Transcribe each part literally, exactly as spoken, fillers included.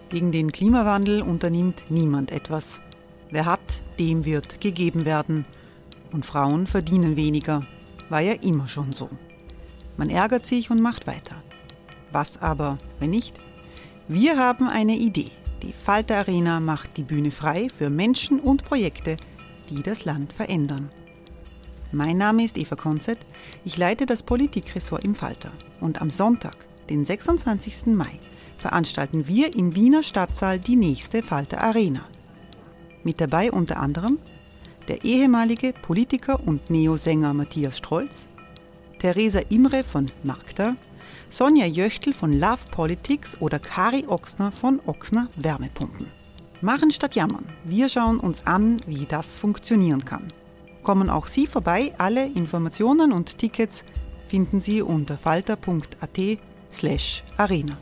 Gegen den Klimawandel unternimmt niemand etwas. Wer hat, dem wird gegeben werden. Und Frauen verdienen weniger. War ja immer schon so. Man ärgert sich und macht weiter. Was aber, wenn nicht? Wir haben eine Idee. Die Falter Arena macht die Bühne frei für Menschen und Projekte, die das Land verändern. Mein Name ist Eva Konzett. Ich leite das Politikressort im Falter. Und am Sonntag, den sechsundzwanzigsten Mai, veranstalten wir im Wiener Stadtsaal die nächste Falter Arena. Mit dabei unter anderem der ehemalige Politiker und Neosänger Matthias Strolz, Theresa Imre von Magda, Sonja Jöchtl von Love Politics oder Kari Ochsner von Ochsner Wärmepumpen. Machen statt jammern. Wir schauen uns an, wie das funktionieren kann. Kommen auch Sie vorbei. Alle Informationen und Tickets finden Sie unter falter punkt at slash arena.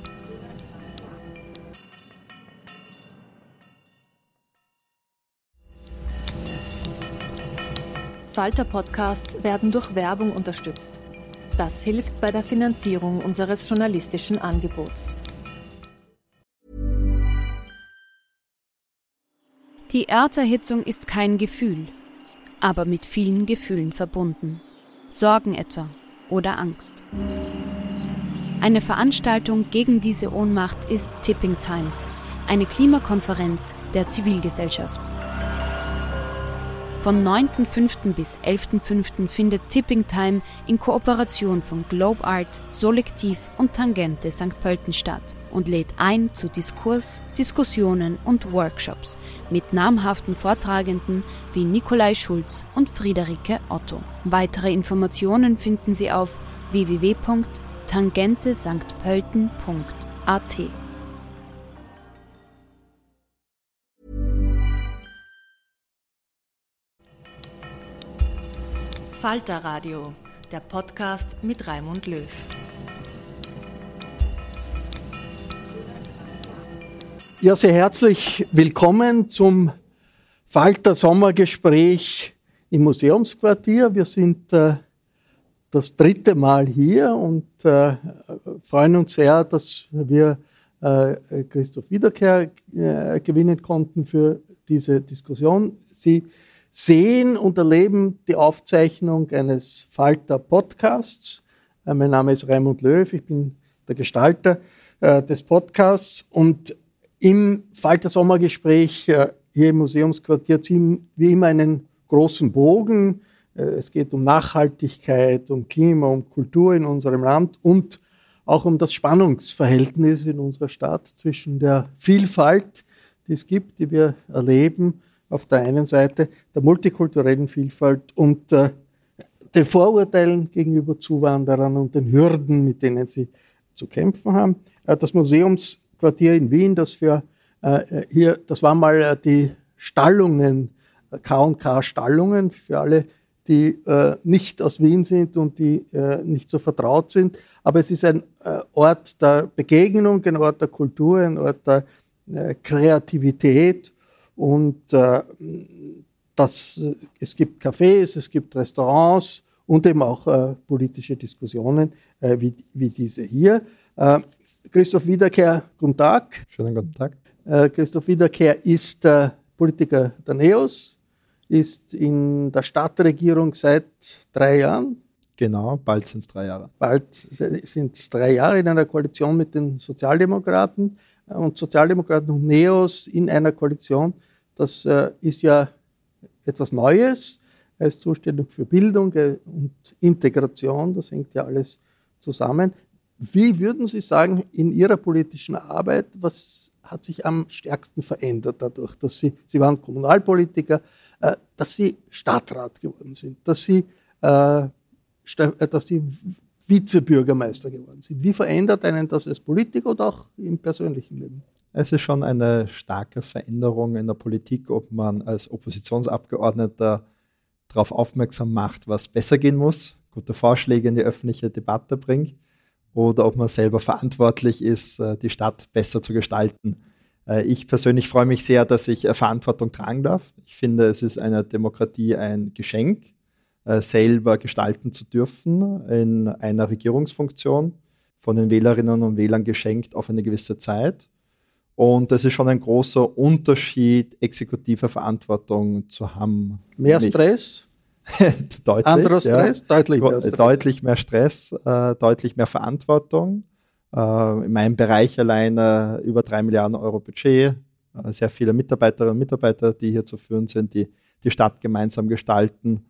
Falter-Podcasts werden durch Werbung unterstützt. Das hilft bei der Finanzierung unseres journalistischen Angebots. Die Erderhitzung ist kein Gefühl, aber mit vielen Gefühlen verbunden. Sorgen etwa oder Angst. Eine Veranstaltung gegen diese Ohnmacht ist Tipping Time, eine Klimakonferenz der Zivilgesellschaft. Von neunten fünften bis elften fünften findet Tipping Time in Kooperation von Globe Art, Solektiv und Tangente Sankt Pölten statt und lädt ein zu Diskurs, Diskussionen und Workshops mit namhaften Vortragenden wie Nikolai Schulz und Friederike Otto. Weitere Informationen finden Sie auf w w w punkt tangente sankt pölten punkt a t. Falter Radio, der Podcast mit Raimund Löw. Ja, sehr herzlich willkommen zum Falter Sommergespräch im Museumsquartier. Wir sind äh, das dritte Mal hier und äh, freuen uns sehr, dass wir äh, Christoph Wiederkehr äh, gewinnen konnten für diese Diskussion. Sie sehen und erleben die Aufzeichnung eines Falter-Podcasts. Äh, mein Name ist Raimund Löw, ich bin der Gestalter äh, des Podcasts und im Falter Sommergespräch äh, hier im Museumsquartier ziehen wir immer einen großen Bogen. Äh, es geht um Nachhaltigkeit, um Klima, um Kultur in unserem Land und auch um das Spannungsverhältnis in unserer Stadt zwischen der Vielfalt, die es gibt, die wir erleben, auf der einen Seite der multikulturellen Vielfalt und äh, den Vorurteilen gegenüber Zuwanderern und den Hürden, mit denen sie zu kämpfen haben. Äh, das Museumsquartier in Wien, das für äh, hier, das waren mal äh, die Stallungen, äh, K und K Stallungen, für alle, die äh, nicht aus Wien sind und die äh, nicht so vertraut sind. Aber es ist ein äh, Ort der Begegnung, ein Ort der Kultur, ein Ort der äh, Kreativität. Und äh, das, es gibt Cafés, es gibt Restaurants und eben auch äh, politische Diskussionen äh, wie, wie diese hier. Äh, Christoph Wiederkehr, guten Tag. Schönen guten Tag. Äh, Christoph Wiederkehr ist äh, Politiker der NEOS, ist in der Stadtregierung seit drei Jahren. Genau, bald sind es drei Jahre. Bald sind es drei Jahre in einer Koalition mit den Sozialdemokraten. Und Sozialdemokraten und NEOS in einer Koalition, das äh, ist ja etwas Neues. Er ist zuständig für Bildung äh, und Integration, das hängt ja alles zusammen. Wie würden Sie sagen, in Ihrer politischen Arbeit, was hat sich am stärksten verändert dadurch, dass Sie, Sie waren Kommunalpolitiker, äh, dass Sie Stadtrat geworden sind, dass Sie, äh, dass Sie Vizebürgermeister geworden sind. Wie verändert einen das als Politiker oder auch im persönlichen Leben? Es ist schon eine starke Veränderung in der Politik, ob man als Oppositionsabgeordneter darauf aufmerksam macht, was besser gehen muss, gute Vorschläge in die öffentliche Debatte bringt, oder ob man selber verantwortlich ist, die Stadt besser zu gestalten. Ich persönlich freue mich sehr, dass ich Verantwortung tragen darf. Ich finde, es ist einer Demokratie ein Geschenk, selber gestalten zu dürfen in einer Regierungsfunktion, von den Wählerinnen und Wählern geschenkt auf eine gewisse Zeit. Und das ist schon ein großer Unterschied, exekutive Verantwortung zu haben. Mehr Stress? Deutlich. Anderer Stress? Ja. Deutlich mehr Stress. Deutlich mehr Stress, äh, deutlich mehr Verantwortung. Äh, in meinem Bereich alleine über drei Milliarden Euro Budget, äh, sehr viele Mitarbeiterinnen und Mitarbeiter, die hier zu führen sind, die die Stadt gemeinsam gestalten.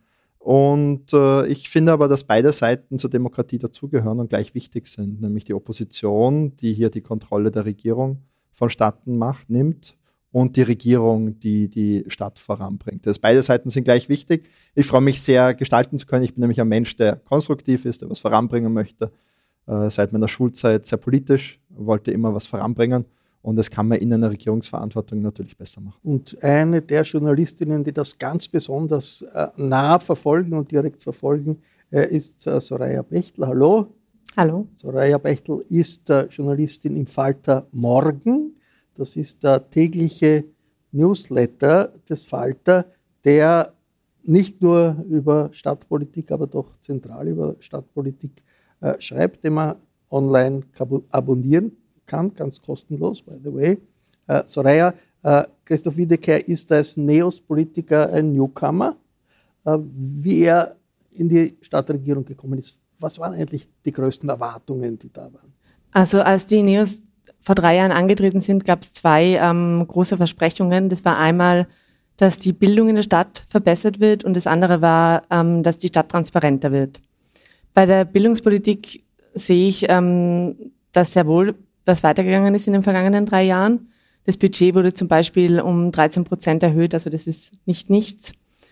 Und äh, ich finde aber, dass beide Seiten zur Demokratie dazugehören und gleich wichtig sind, nämlich die Opposition, die hier die Kontrolle der Regierung vonstatten macht, nimmt, und die Regierung, die die Stadt voranbringt. Das beide Seiten sind gleich wichtig. Ich freue mich sehr, gestalten zu können. Ich bin nämlich ein Mensch, der konstruktiv ist, der was voranbringen möchte. Äh, seit meiner Schulzeit sehr politisch, wollte immer was voranbringen. Und das kann man in einer Regierungsverantwortung natürlich besser machen. Und eine der Journalistinnen, die das ganz besonders äh, nah verfolgen und direkt verfolgen, äh, ist äh, Soraya Bechtel. Hallo. Hallo. Soraya Bechtel ist äh, Journalistin im Falter Morgen. Das ist der tägliche Newsletter des Falter, der nicht nur über Stadtpolitik, aber doch zentral über Stadtpolitik äh, schreibt, den man online abonnieren kann, ganz kostenlos, by the way. Äh, Soraya, äh, Christoph Wiedeker ist als Neos-Politiker ein Newcomer. Äh, wie er in die Stadtregierung gekommen ist, was waren eigentlich die größten Erwartungen, die da waren? Also als die Neos vor drei Jahren angetreten sind, gab es zwei ähm, große Versprechungen. Das war einmal, dass die Bildung in der Stadt verbessert wird, und das andere war, ähm, dass die Stadt transparenter wird. Bei der Bildungspolitik sehe ich, ähm, dass sehr wohl was weitergegangen ist in den vergangenen drei Jahren. Das Budget wurde zum Beispiel um dreizehn Prozent erhöht, also das ist nicht nichts.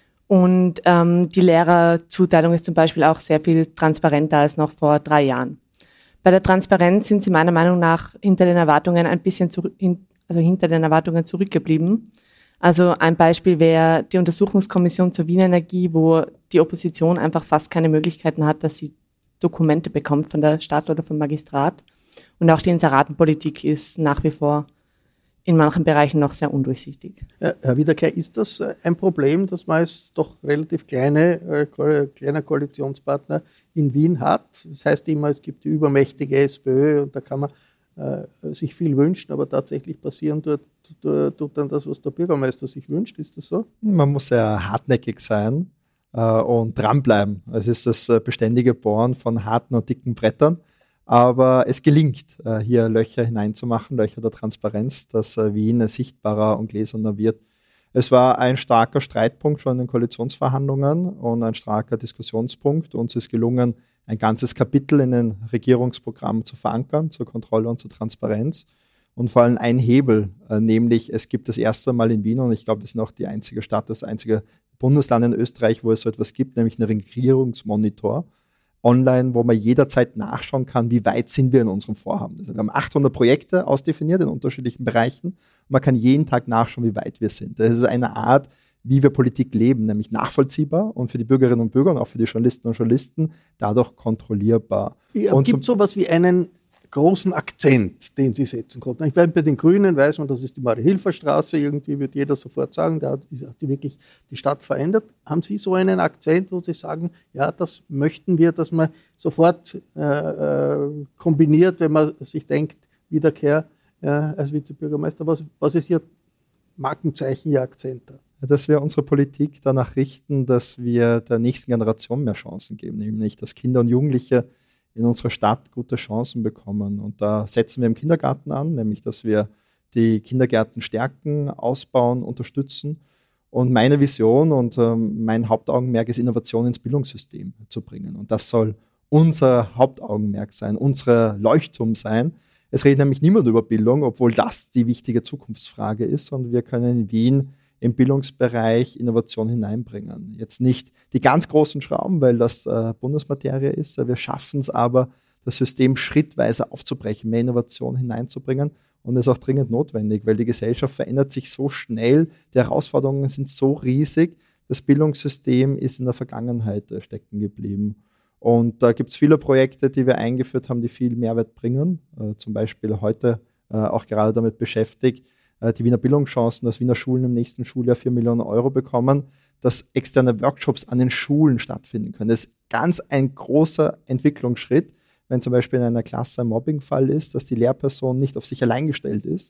Und ähm, die Lehrerzuteilung ist zum Beispiel auch sehr viel transparenter als noch vor drei Jahren. Bei der Transparenz sind sie meiner Meinung nach hinter den Erwartungen ein bisschen zurück, also hinter den Erwartungen zurückgeblieben. Also ein Beispiel wäre die Untersuchungskommission zur Wiener Energie, wo die Opposition einfach fast keine Möglichkeiten hat, dass sie Dokumente bekommt von der Stadt oder vom Magistrat. Und auch die Inseratenpolitik ist nach wie vor in manchen Bereichen noch sehr undurchsichtig. Ja, Herr Wiedeker, ist das ein Problem, dass man als doch relativ kleine, äh, kleiner Koalitionspartner in Wien hat? Das heißt immer, es gibt die übermächtige SPÖ und da kann man äh, sich viel wünschen, aber tatsächlich passieren dort tut dann das, was der Bürgermeister sich wünscht. Ist das so? Man muss sehr hartnäckig sein äh, und dranbleiben. Es ist das äh, beständige Bohren von harten und dicken Brettern. Aber es gelingt, äh, hier Löcher hineinzumachen, Löcher der Transparenz, dass äh, Wien sichtbarer und gläserner wird. Es war ein starker Streitpunkt schon in den Koalitionsverhandlungen und ein starker Diskussionspunkt. Uns ist gelungen, ein ganzes Kapitel in den Regierungsprogramm zu verankern, zur Kontrolle und zur Transparenz. Und vor allem ein Hebel, äh, nämlich es gibt das erste Mal in Wien, und ich glaube, wir sind auch die einzige Stadt, das einzige Bundesland in Österreich, wo es so etwas gibt, nämlich einen Regierungsmonitor online, wo man jederzeit nachschauen kann, wie weit sind wir in unserem Vorhaben. Also wir haben achthundert Projekte ausdefiniert in unterschiedlichen Bereichen und man kann jeden Tag nachschauen, wie weit wir sind. Das ist eine Art, wie wir Politik leben, nämlich nachvollziehbar und für die Bürgerinnen und Bürger und auch für die Journalistinnen und Journalisten dadurch kontrollierbar. Ja, gibt es sowas wie einen großen Akzent, den Sie setzen konnten? Ich weiß, bei den Grünen weiß man, das ist die Marie-Hilfer-Straße, irgendwie wird jeder sofort sagen, da hat die wirklich die Stadt verändert. Haben Sie so einen Akzent, wo Sie sagen, ja, das möchten wir, dass man sofort äh, äh, kombiniert, wenn man sich denkt, Wiedeker äh, als Vizebürgermeister, was, was ist Ihr Markenzeichen, Ihr Akzent da? Dass wir unsere Politik danach richten, dass wir der nächsten Generation mehr Chancen geben, nämlich dass Kinder und Jugendliche in unserer Stadt gute Chancen bekommen. Und da setzen wir im Kindergarten an, nämlich dass wir die Kindergärten stärken, ausbauen, unterstützen. Und meine Vision und ähm, mein Hauptaugenmerk ist, Innovation ins Bildungssystem zu bringen. Und das soll unser Hauptaugenmerk sein, unsere Leuchtturm sein. Es redet nämlich niemand über Bildung, obwohl das die wichtige Zukunftsfrage ist. Und wir können in Wien im Bildungsbereich Innovation hineinbringen. Jetzt nicht die ganz großen Schrauben, weil das äh, Bundesmaterie ist. Wir schaffen es aber, das System schrittweise aufzubrechen, mehr Innovation hineinzubringen. Und das ist auch dringend notwendig, weil die Gesellschaft verändert sich so schnell, die Herausforderungen sind so riesig, das Bildungssystem ist in der Vergangenheit äh, stecken geblieben. Und da gibt es viele Projekte, die wir eingeführt haben, die viel Mehrwert bringen. Äh, zum Beispiel heute äh, auch gerade damit beschäftigt, die Wiener Bildungschancen, dass Wiener Schulen im nächsten Schuljahr vier Millionen Euro bekommen, dass externe Workshops an den Schulen stattfinden können. Das ist ganz ein großer Entwicklungsschritt, wenn zum Beispiel in einer Klasse ein Mobbingfall ist, dass die Lehrperson nicht auf sich allein gestellt ist,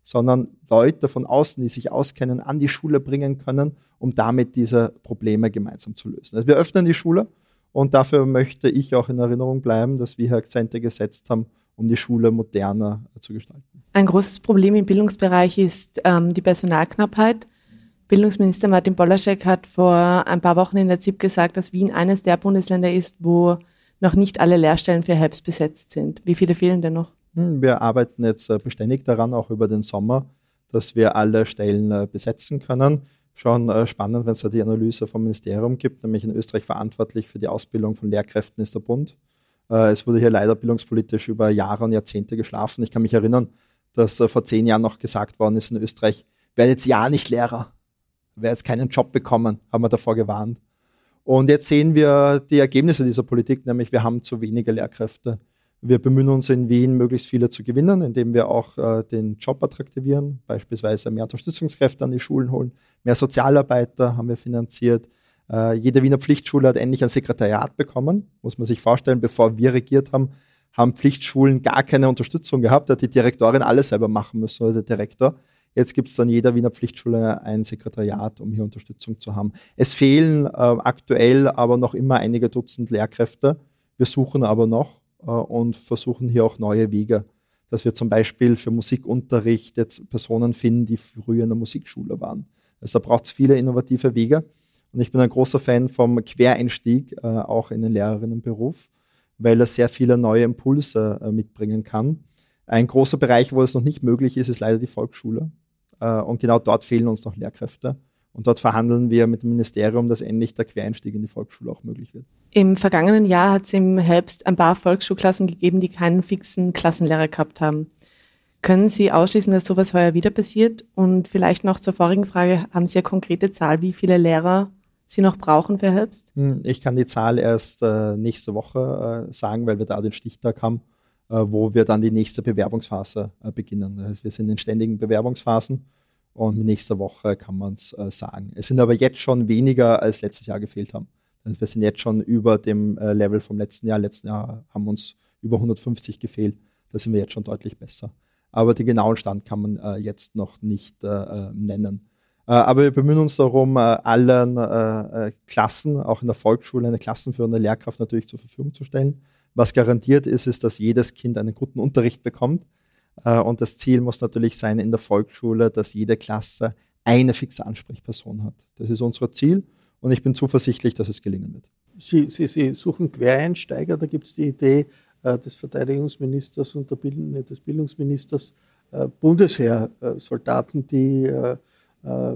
sondern Leute von außen, die sich auskennen, an die Schule bringen können, um damit diese Probleme gemeinsam zu lösen. Also wir öffnen die Schule und dafür möchte ich auch in Erinnerung bleiben, dass wir hier Akzente gesetzt haben, um die Schule moderner zu gestalten. Ein großes Problem im Bildungsbereich ist ähm, die Personalknappheit. Bildungsminister Martin Polaschek hat vor ein paar Wochen in der Z I P gesagt, dass Wien eines der Bundesländer ist, wo noch nicht alle Lehrstellen für Helps besetzt sind. Wie viele fehlen denn noch? Wir arbeiten jetzt beständig daran, auch über den Sommer, dass wir alle Stellen besetzen können. Schon spannend, wenn es da die Analyse vom Ministerium gibt, nämlich in Österreich verantwortlich für die Ausbildung von Lehrkräften ist der Bund. Es wurde hier leider bildungspolitisch über Jahre und Jahrzehnte geschlafen. Ich kann mich erinnern, dass vor zehn Jahren noch gesagt worden ist in Österreich, wer jetzt ja nicht Lehrer, wer jetzt keinen Job bekommen, haben wir davor gewarnt. Und jetzt sehen wir die Ergebnisse dieser Politik, nämlich wir haben zu wenige Lehrkräfte. Wir bemühen uns in Wien, möglichst viele zu gewinnen, indem wir auch äh, den Job attraktivieren, beispielsweise mehr Unterstützungskräfte an die Schulen holen, mehr Sozialarbeiter haben wir finanziert. Äh, jede Wiener Pflichtschule hat endlich ein Sekretariat bekommen, muss man sich vorstellen. Bevor wir regiert haben, haben Pflichtschulen gar keine Unterstützung gehabt, da hat die Direktorin alles selber machen müssen oder der Direktor. Jetzt gibt es dann jeder Wiener Pflichtschule ein Sekretariat, um hier Unterstützung zu haben. Es fehlen äh, aktuell aber noch immer einige Dutzend Lehrkräfte. Wir suchen aber noch äh, und versuchen hier auch neue Wege, dass wir zum Beispiel für Musikunterricht jetzt Personen finden, die früher in der Musikschule waren. Also da braucht es viele innovative Wege. Und ich bin ein großer Fan vom Quereinstieg, äh, auch in den Lehrerinnenberuf, weil er sehr viele neue Impulse äh, mitbringen kann. Ein großer Bereich, wo es noch nicht möglich ist, ist leider die Volksschule. Äh, und genau dort fehlen uns noch Lehrkräfte. Und dort verhandeln wir mit dem Ministerium, dass endlich der Quereinstieg in die Volksschule auch möglich wird. Im vergangenen Jahr hat es im Herbst ein paar Volksschulklassen gegeben, die keinen fixen Klassenlehrer gehabt haben. Können Sie ausschließen, dass sowas heuer wieder passiert? Und vielleicht noch zur vorigen Frage, haben Sie eine konkrete Zahl, wie viele Lehrer Sie noch brauchen für Herbst? Ich kann die Zahl erst äh, nächste Woche äh, sagen, weil wir da den Stichtag haben, äh, wo wir dann die nächste Bewerbungsphase äh, beginnen. Das heißt, wir sind in ständigen Bewerbungsphasen und mit nächster Woche kann man es äh, sagen. Es sind aber jetzt schon weniger als letztes Jahr gefehlt haben. Also wir sind jetzt schon über dem äh, Level vom letzten Jahr. Letzten Jahr haben uns über hundertfünfzig gefehlt. Da sind wir jetzt schon deutlich besser. Aber den genauen Stand kann man äh, jetzt noch nicht äh, nennen. Äh, aber wir bemühen uns darum, äh, allen äh, Klassen, auch in der Volksschule, eine klassenführende Lehrkraft natürlich zur Verfügung zu stellen. Was garantiert ist, ist, dass jedes Kind einen guten Unterricht bekommt. Äh, und das Ziel muss natürlich sein in der Volksschule, dass jede Klasse eine fixe Ansprechperson hat. Das ist unser Ziel und ich bin zuversichtlich, dass es gelingen wird. Sie, Sie, Sie suchen Quereinsteiger, da gibt es die Idee äh, des Verteidigungsministers und der Bild- des Bildungsministers, äh, Bundesheersoldaten, die äh, äh,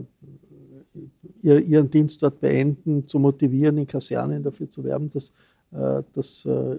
ihr, ihren Dienst dort beenden, zu motivieren, in Kasernen dafür zu werben, dass, äh, dass äh,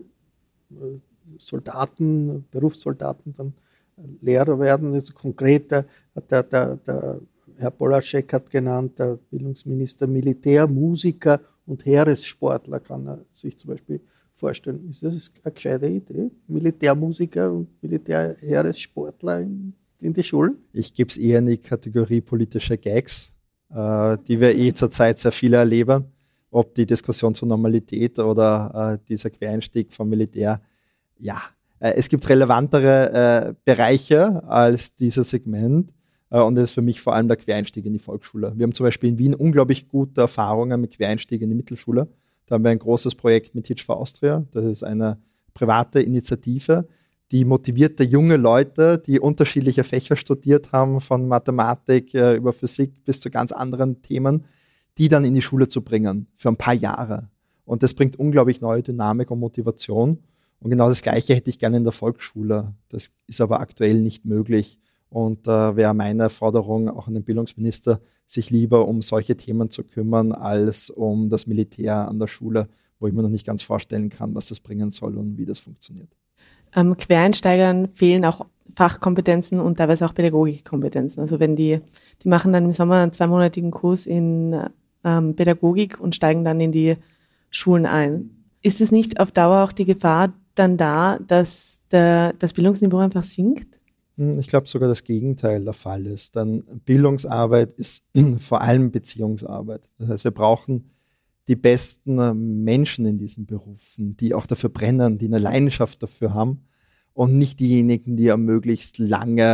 Soldaten, Berufssoldaten dann Lehrer werden. Also konkret, der, der, der, der Herr Polaschek hat genannt, der Bildungsminister, Militär, Musiker und Heeressportler kann er sich zum Beispiel vorstellen. Ist das eine gescheite Idee? Militärmusiker und Militär-Heeressportler in, in die Schulen? Ich gebe es eher in die Kategorie politische Gags, äh, die wir eh zurzeit sehr viele erleben. Ob die Diskussion zur Normalität oder äh, dieser Quereinstieg vom Militär. Ja, äh, es gibt relevantere äh, Bereiche als dieses Segment. Und das ist für mich vor allem der Quereinstieg in die Volksschule. Wir haben zum Beispiel in Wien unglaublich gute Erfahrungen mit Quereinstieg in die Mittelschule. Da haben wir ein großes Projekt mit Teach for Austria. Das ist eine private Initiative, die motivierte junge Leute, die unterschiedliche Fächer studiert haben, von Mathematik äh, über Physik bis zu ganz anderen Themen, die dann in die Schule zu bringen für ein paar Jahre. Und das bringt unglaublich neue Dynamik und Motivation. Und genau das Gleiche hätte ich gerne in der Volksschule. Das ist aber aktuell nicht möglich. Und äh, wäre meine Forderung auch an den Bildungsminister, sich lieber um solche Themen zu kümmern, als um das Militär an der Schule, wo ich mir noch nicht ganz vorstellen kann, was das bringen soll und wie das funktioniert. Ähm, Quereinsteigern fehlen auch Fachkompetenzen und teilweise auch Pädagogikkompetenzen. Also wenn die, die machen dann im Sommer einen zweimonatigen Kurs in ähm, Pädagogik und steigen dann in die Schulen ein. Ist es nicht auf Dauer auch die Gefahr dann da, dass der, das Bildungsniveau einfach sinkt? Ich glaube sogar das Gegenteil der Fall ist. Denn Bildungsarbeit ist vor allem Beziehungsarbeit. Das heißt, wir brauchen die besten Menschen in diesen Berufen, die auch dafür brennen, die eine Leidenschaft dafür haben und nicht diejenigen, die ja möglichst lange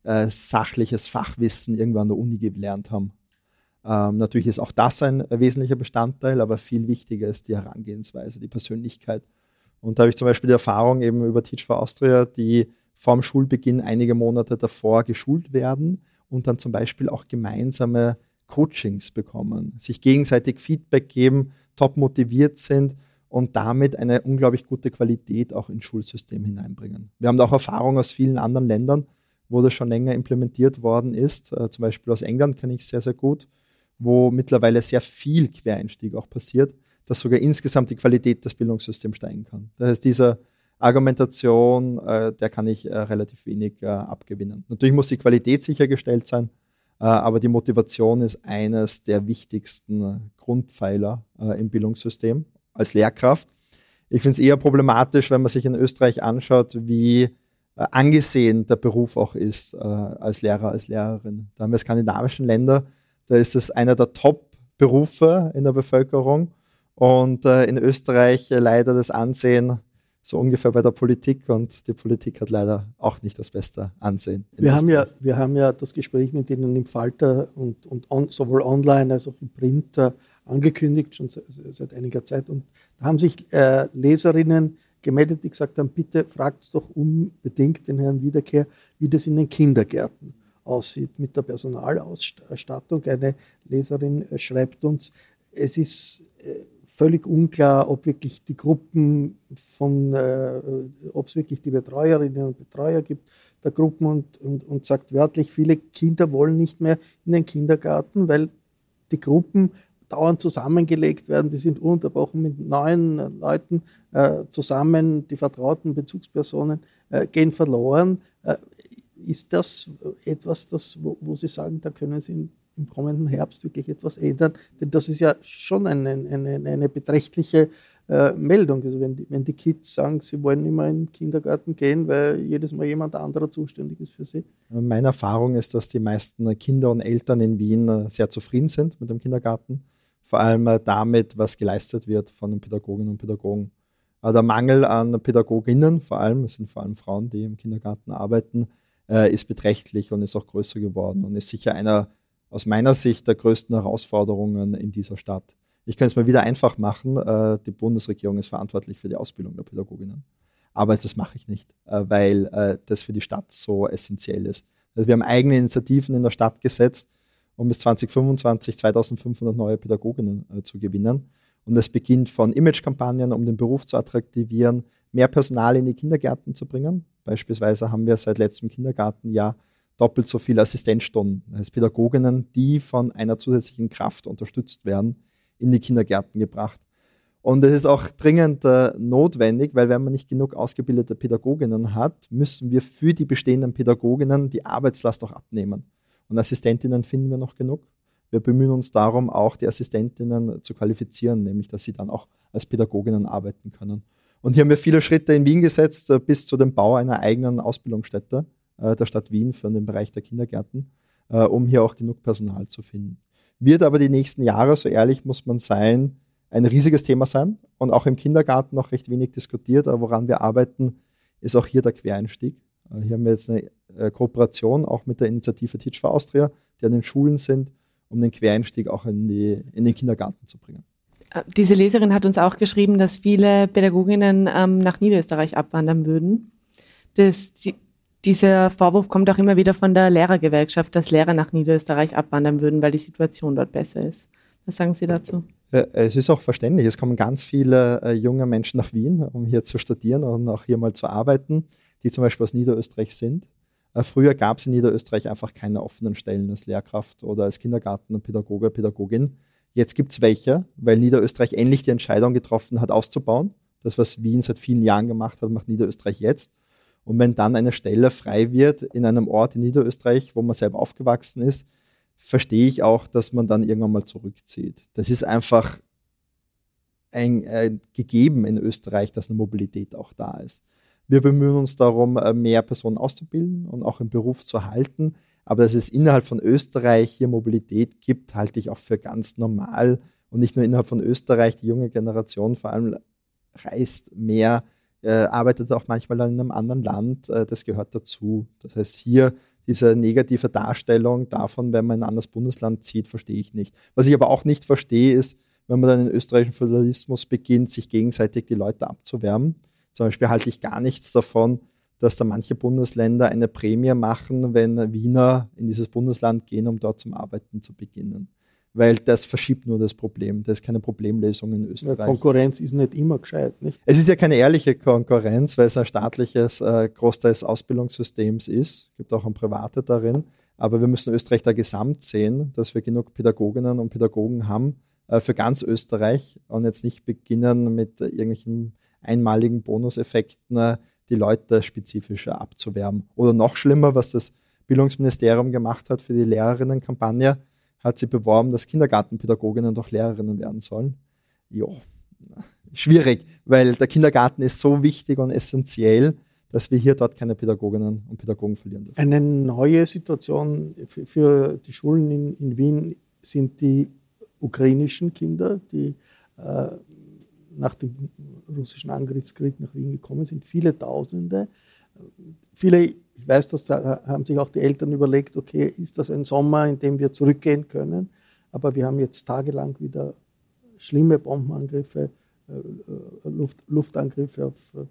äh, sachliches Fachwissen irgendwann an der Uni gelernt haben. Ähm, natürlich ist auch das ein äh, wesentlicher Bestandteil, aber viel wichtiger ist die Herangehensweise, die Persönlichkeit. Und da habe ich zum Beispiel die Erfahrung eben über Teach for Austria, die vorm Schulbeginn einige Monate davor geschult werden und dann zum Beispiel auch gemeinsame Coachings bekommen, sich gegenseitig Feedback geben, top motiviert sind und damit eine unglaublich gute Qualität auch ins Schulsystem hineinbringen. Wir haben da auch Erfahrung aus vielen anderen Ländern, wo das schon länger implementiert worden ist. Äh, zum Beispiel aus England kenne ich sehr, sehr gut, wo mittlerweile sehr viel Quereinstieg auch passiert, dass sogar insgesamt die Qualität des Bildungssystems steigen kann. Das heißt, diese Argumentation, äh, der kann ich äh, relativ wenig äh, abgewinnen. Natürlich muss die Qualität sichergestellt sein, äh, aber die Motivation ist eines der wichtigsten äh, Grundpfeiler äh, im Bildungssystem als Lehrkraft. Ich finde es eher problematisch, wenn man sich in Österreich anschaut, wie äh, angesehen der Beruf auch ist äh, als Lehrer, als Lehrerin. Da haben wir skandinavischen Länder, da ist es einer der Top-Berufe in der Bevölkerung. Und äh, in Österreich äh, leider das Ansehen so ungefähr bei der Politik und die Politik hat leider auch nicht das beste Ansehen. Wir haben, ja, wir haben ja das Gespräch mit Ihnen im Falter und, und on, sowohl online als auch im Print äh, angekündigt, schon seit, seit einiger Zeit. Und da haben sich äh, Leserinnen gemeldet, die gesagt haben, bitte fragt doch unbedingt den Herrn Wiederkehr, wie das in den Kindergärten aussieht mit der Personalausstattung. Eine Leserin äh, schreibt uns, es ist äh, völlig unklar, ob wirklich die Gruppen von, äh, ob es wirklich die Betreuerinnen und Betreuer gibt der Gruppen und, und, und sagt wörtlich, viele Kinder wollen nicht mehr in den Kindergarten, weil die Gruppen dauernd zusammengelegt werden, die sind ununterbrochen mit neuen Leuten äh, zusammen, die vertrauten Bezugspersonen äh, gehen verloren. Äh, ist das etwas, das, wo, wo Sie sagen, da können Sie im kommenden Herbst wirklich etwas ändern? Denn das ist ja schon eine, eine, eine beträchtliche äh, Meldung. Also wenn die, wenn die Kids sagen, sie wollen nicht mehr in den Kindergarten gehen, weil jedes Mal jemand anderer zuständig ist für sie. Meine Erfahrung ist, dass die meisten Kinder und Eltern in Wien sehr zufrieden sind mit dem Kindergarten. Vor allem damit, was geleistet wird von den Pädagoginnen und Pädagogen. Aber der Mangel an Pädagoginnen, vor allem, es sind vor allem Frauen, die im Kindergarten arbeiten, äh, ist beträchtlich und ist auch größer geworden und ist sicher einer aus meiner Sicht der größten Herausforderungen in dieser Stadt. Ich kann es mal wieder einfach machen. Äh, die Bundesregierung ist verantwortlich für die Ausbildung der Pädagoginnen. Aber das mache ich nicht, äh, weil äh, das für die Stadt so essentiell ist. Also wir haben eigene Initiativen in der Stadt gesetzt, um bis zwanzig fünfundzwanzig zweitausendfünfhundert neue Pädagoginnen äh, zu gewinnen. Und es beginnt von Imagekampagnen, um den Beruf zu attraktivieren, mehr Personal in die Kindergärten zu bringen. Beispielsweise haben wir seit letztem Kindergartenjahr doppelt so viele Assistenzstunden, das heißt Pädagoginnen, die von einer zusätzlichen Kraft unterstützt werden, in die Kindergärten gebracht. Und es ist auch dringend äh, notwendig, weil wenn man nicht genug ausgebildete Pädagoginnen hat, müssen wir für die bestehenden Pädagoginnen die Arbeitslast auch abnehmen. Und Assistentinnen finden wir noch genug. Wir bemühen uns darum, auch die Assistentinnen zu qualifizieren, nämlich dass sie dann auch als Pädagoginnen arbeiten können. Und hier haben wir viele Schritte in Wien gesetzt, äh, bis zu dem Bau einer eigenen Ausbildungsstätte der Stadt Wien für den Bereich der Kindergärten, äh, um hier auch genug Personal zu finden. Wird aber die nächsten Jahre, so ehrlich muss man sein, ein riesiges Thema sein und auch im Kindergarten noch recht wenig diskutiert, aber woran wir arbeiten, ist auch hier der Quereinstieg. Äh, hier haben wir jetzt eine äh, Kooperation auch mit der Initiative Teach for Austria, die an den Schulen sind, um den Quereinstieg auch in, die, in den Kindergarten zu bringen. Diese Leserin hat uns auch geschrieben, dass viele Pädagoginnen ähm, nach Niederösterreich abwandern würden. Das, die, Dieser Vorwurf kommt auch immer wieder von der Lehrergewerkschaft, dass Lehrer nach Niederösterreich abwandern würden, weil die Situation dort besser ist. Was sagen Sie dazu? Es ist auch verständlich. Es kommen ganz viele äh, junge Menschen nach Wien, um hier zu studieren und auch hier mal zu arbeiten, die zum Beispiel aus Niederösterreich sind. Äh, früher gab es in Niederösterreich einfach keine offenen Stellen als Lehrkraft oder als Kindergartenpädagoge, Pädagogin. Jetzt gibt es welche, weil Niederösterreich endlich die Entscheidung getroffen hat, auszubauen. Das, was Wien seit vielen Jahren gemacht hat, macht Niederösterreich jetzt. Und wenn dann eine Stelle frei wird in einem Ort in Niederösterreich, wo man selber aufgewachsen ist, verstehe ich auch, dass man dann irgendwann mal zurückzieht. Das ist einfach ein, äh, gegeben in Österreich, dass eine Mobilität auch da ist. Wir bemühen uns darum, mehr Personen auszubilden und auch im Beruf zu halten. Aber dass es innerhalb von Österreich hier Mobilität gibt, halte ich auch für ganz normal. Und nicht nur innerhalb von Österreich, die junge Generation vor allem reist mehr, Äh, arbeitet auch manchmal in einem anderen Land, äh, das gehört dazu. Das heißt, hier diese negative Darstellung davon, wenn man in ein anderes Bundesland zieht, verstehe ich nicht. Was ich aber auch nicht verstehe, ist, wenn man dann den österreichischen Föderalismus beginnt, sich gegenseitig die Leute abzuwärmen. Zum Beispiel halte ich gar nichts davon, dass da manche Bundesländer eine Prämie machen, wenn Wiener in dieses Bundesland gehen, um dort zum Arbeiten zu beginnen. Weil das verschiebt nur das Problem. Das ist keine Problemlösung in Österreich. Ja, Konkurrenz ist nicht immer gescheit, nicht? Es ist ja keine ehrliche Konkurrenz, weil es ein staatliches äh, Großteil des Ausbildungssystems ist. Es gibt auch ein Private darin. Aber wir müssen Österreich da gesamt sehen, dass wir genug Pädagoginnen und Pädagogen haben äh, für ganz Österreich und jetzt nicht beginnen mit äh, irgendwelchen einmaligen Bonuseffekten äh, die Leute spezifischer abzuwerben. Oder noch schlimmer, was das Bildungsministerium gemacht hat für die Lehrerinnenkampagne, hat sie beworben, dass Kindergartenpädagoginnen doch Lehrerinnen werden sollen. Jo, schwierig, weil der Kindergarten ist so wichtig und essentiell, dass wir hier dort keine Pädagoginnen und Pädagogen verlieren dürfen. Eine neue Situation für, für die Schulen in, in Wien sind die ukrainischen Kinder, die äh, nach dem russischen Angriffskrieg nach Wien gekommen sind. Viele Tausende. Viele, ich weiß, dass da haben sich auch die Eltern überlegt, okay, ist das ein Sommer, in dem wir zurückgehen können? Aber wir haben jetzt tagelang wieder schlimme Bombenangriffe, äh, Luft, Luftangriffe auf äh,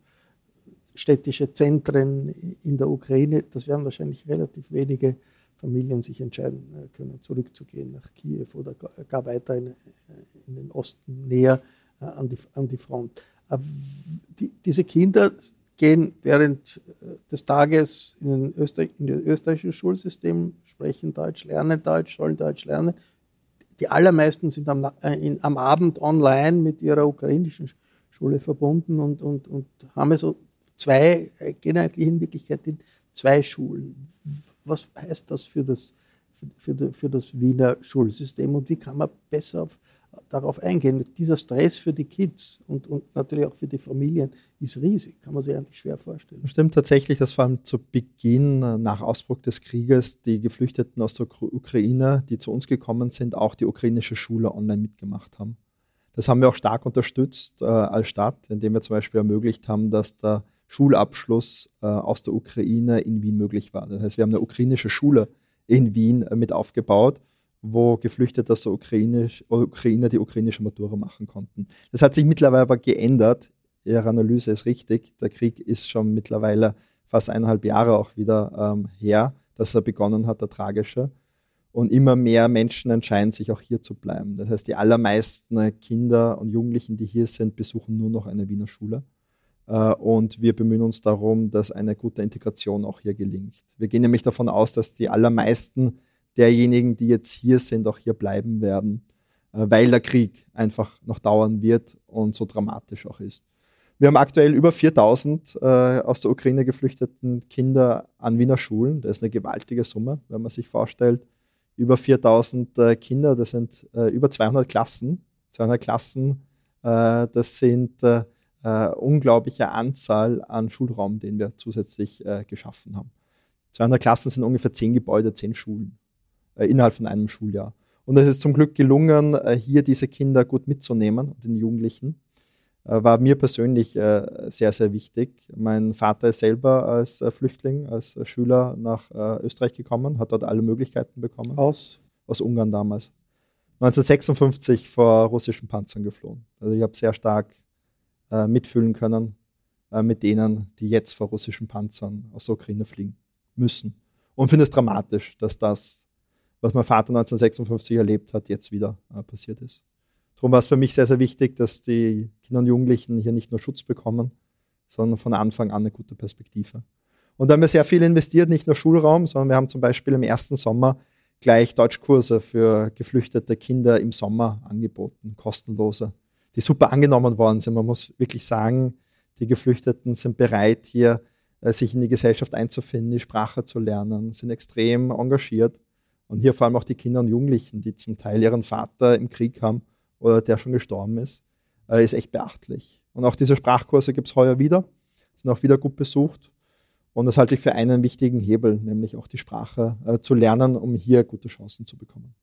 städtische Zentren in der Ukraine. Das werden wahrscheinlich relativ wenige Familien sich entscheiden können, zurückzugehen nach Kiew oder gar weiter in, in den Osten, näher äh, an, die, an die Front. Aber die, diese Kinder gehen während des Tages in, den Österreich, in das österreichische Schulsystem, sprechen Deutsch, lernen Deutsch, sollen Deutsch lernen. Die allermeisten sind am, äh, in, am Abend online mit ihrer ukrainischen Schule verbunden und, und, und haben so zwei, gehen eigentlich in Wirklichkeit in zwei Schulen. Was heißt das für das, für, für, für das Wiener Schulsystem und wie kann man besser auf, darauf eingehen? Dieser Stress für die Kids und, und natürlich auch für die Familien ist riesig, kann man sich eigentlich schwer vorstellen. Stimmt tatsächlich, dass vor allem zu Beginn, nach Ausbruch des Krieges, die Geflüchteten aus der Ukraine, die zu uns gekommen sind, auch die ukrainische Schule online mitgemacht haben. Das haben wir auch stark unterstützt äh, als Stadt, indem wir zum Beispiel ermöglicht haben, dass der Schulabschluss äh, aus der Ukraine in Wien möglich war. Das heißt, wir haben eine ukrainische Schule in Wien äh, mit aufgebaut, wo Geflüchtete aus der Ukraine, Ukraine die ukrainische Matura machen konnten. Das hat sich mittlerweile aber geändert. Ihre Analyse ist richtig. Der Krieg ist schon mittlerweile fast eineinhalb Jahre auch wieder ähm, her, dass er begonnen hat, der tragische. Und immer mehr Menschen entscheiden sich auch hier zu bleiben. Das heißt, die allermeisten Kinder und Jugendlichen, die hier sind, besuchen nur noch eine Wiener Schule. Äh, und wir bemühen uns darum, dass eine gute Integration auch hier gelingt. Wir gehen nämlich davon aus, dass die allermeisten derjenigen, die jetzt hier sind, auch hier bleiben werden, weil der Krieg einfach noch dauern wird und so dramatisch auch ist. Wir haben aktuell über viertausend äh, aus der Ukraine geflüchteten Kinder an Wiener Schulen. Das ist eine gewaltige Summe, wenn man sich vorstellt. Über viertausend äh, Kinder, das sind äh, über zweihundert Klassen. zweihundert Klassen, äh, das sind äh, äh, unglaubliche Anzahl an Schulraum, den wir zusätzlich äh, geschaffen haben. zweihundert Klassen sind ungefähr zehn Gebäude, zehn Schulen. Innerhalb von einem Schuljahr. Und es ist zum Glück gelungen, hier diese Kinder gut mitzunehmen und den Jugendlichen. War mir persönlich sehr, sehr wichtig. Mein Vater ist selber als Flüchtling, als Schüler nach Österreich gekommen, hat dort alle Möglichkeiten bekommen. Aus? Aus Ungarn damals. neunzehnhundertsechsundfünfzig vor russischen Panzern geflohen. Also ich habe sehr stark mitfühlen können mit denen, die jetzt vor russischen Panzern aus der Ukraine fliehen müssen. Und finde es dramatisch, dass das, was mein Vater neunzehnhundertsechsundfünfzig erlebt hat, jetzt wieder äh, passiert ist. Darum war es für mich sehr, sehr wichtig, dass die Kinder und Jugendlichen hier nicht nur Schutz bekommen, sondern von Anfang an eine gute Perspektive. Und da haben wir sehr viel investiert, nicht nur Schulraum, sondern wir haben zum Beispiel im ersten Sommer gleich Deutschkurse für geflüchtete Kinder im Sommer angeboten, kostenlose, die super angenommen worden sind. Man muss wirklich sagen, die Geflüchteten sind bereit, hier äh, sich in die Gesellschaft einzufinden, die Sprache zu lernen, sind extrem engagiert. Und hier vor allem auch die Kinder und Jugendlichen, die zum Teil ihren Vater im Krieg haben oder der schon gestorben ist, äh, ist echt beachtlich. Und auch diese Sprachkurse gibt es heuer wieder, sind auch wieder gut besucht. Und das halte ich für einen wichtigen Hebel, nämlich auch die Sprache äh, zu lernen, um hier gute Chancen zu bekommen.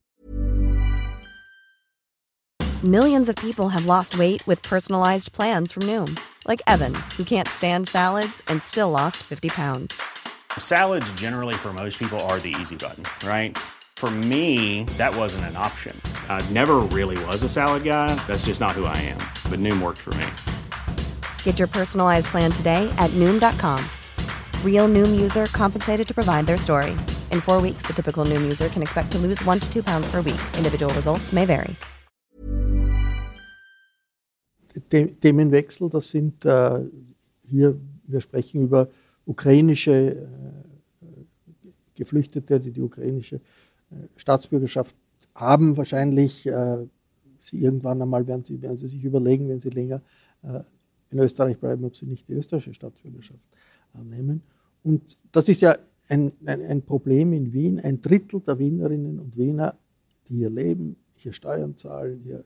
Millions of people have lost weight with personalized plans from Noom. Like Evan, who can't stand salads and still lost fifty pounds. Salads generally for most people are the easy button, right? For me, that wasn't an option. I never really was a salad guy. That's just not who I am. But Noom worked for me. Get your personalized plan today at Noom dot com. Real Noom user compensated to provide their story. In four weeks, the typical Noom user can expect to lose one to two pounds per week. Individual results may vary. Themenwechsel, das sind äh, hier, wir sprechen über ukrainische äh, Geflüchtete, die die ukrainische äh, Staatsbürgerschaft haben. Wahrscheinlich, äh, sie irgendwann einmal werden sie, werden sie sich überlegen, wenn sie länger äh, in Österreich bleiben, ob sie nicht die österreichische Staatsbürgerschaft annehmen. Und das ist ja ein, ein, ein Problem in Wien. Ein Drittel der Wienerinnen und Wiener, die hier leben, hier Steuern zahlen, hier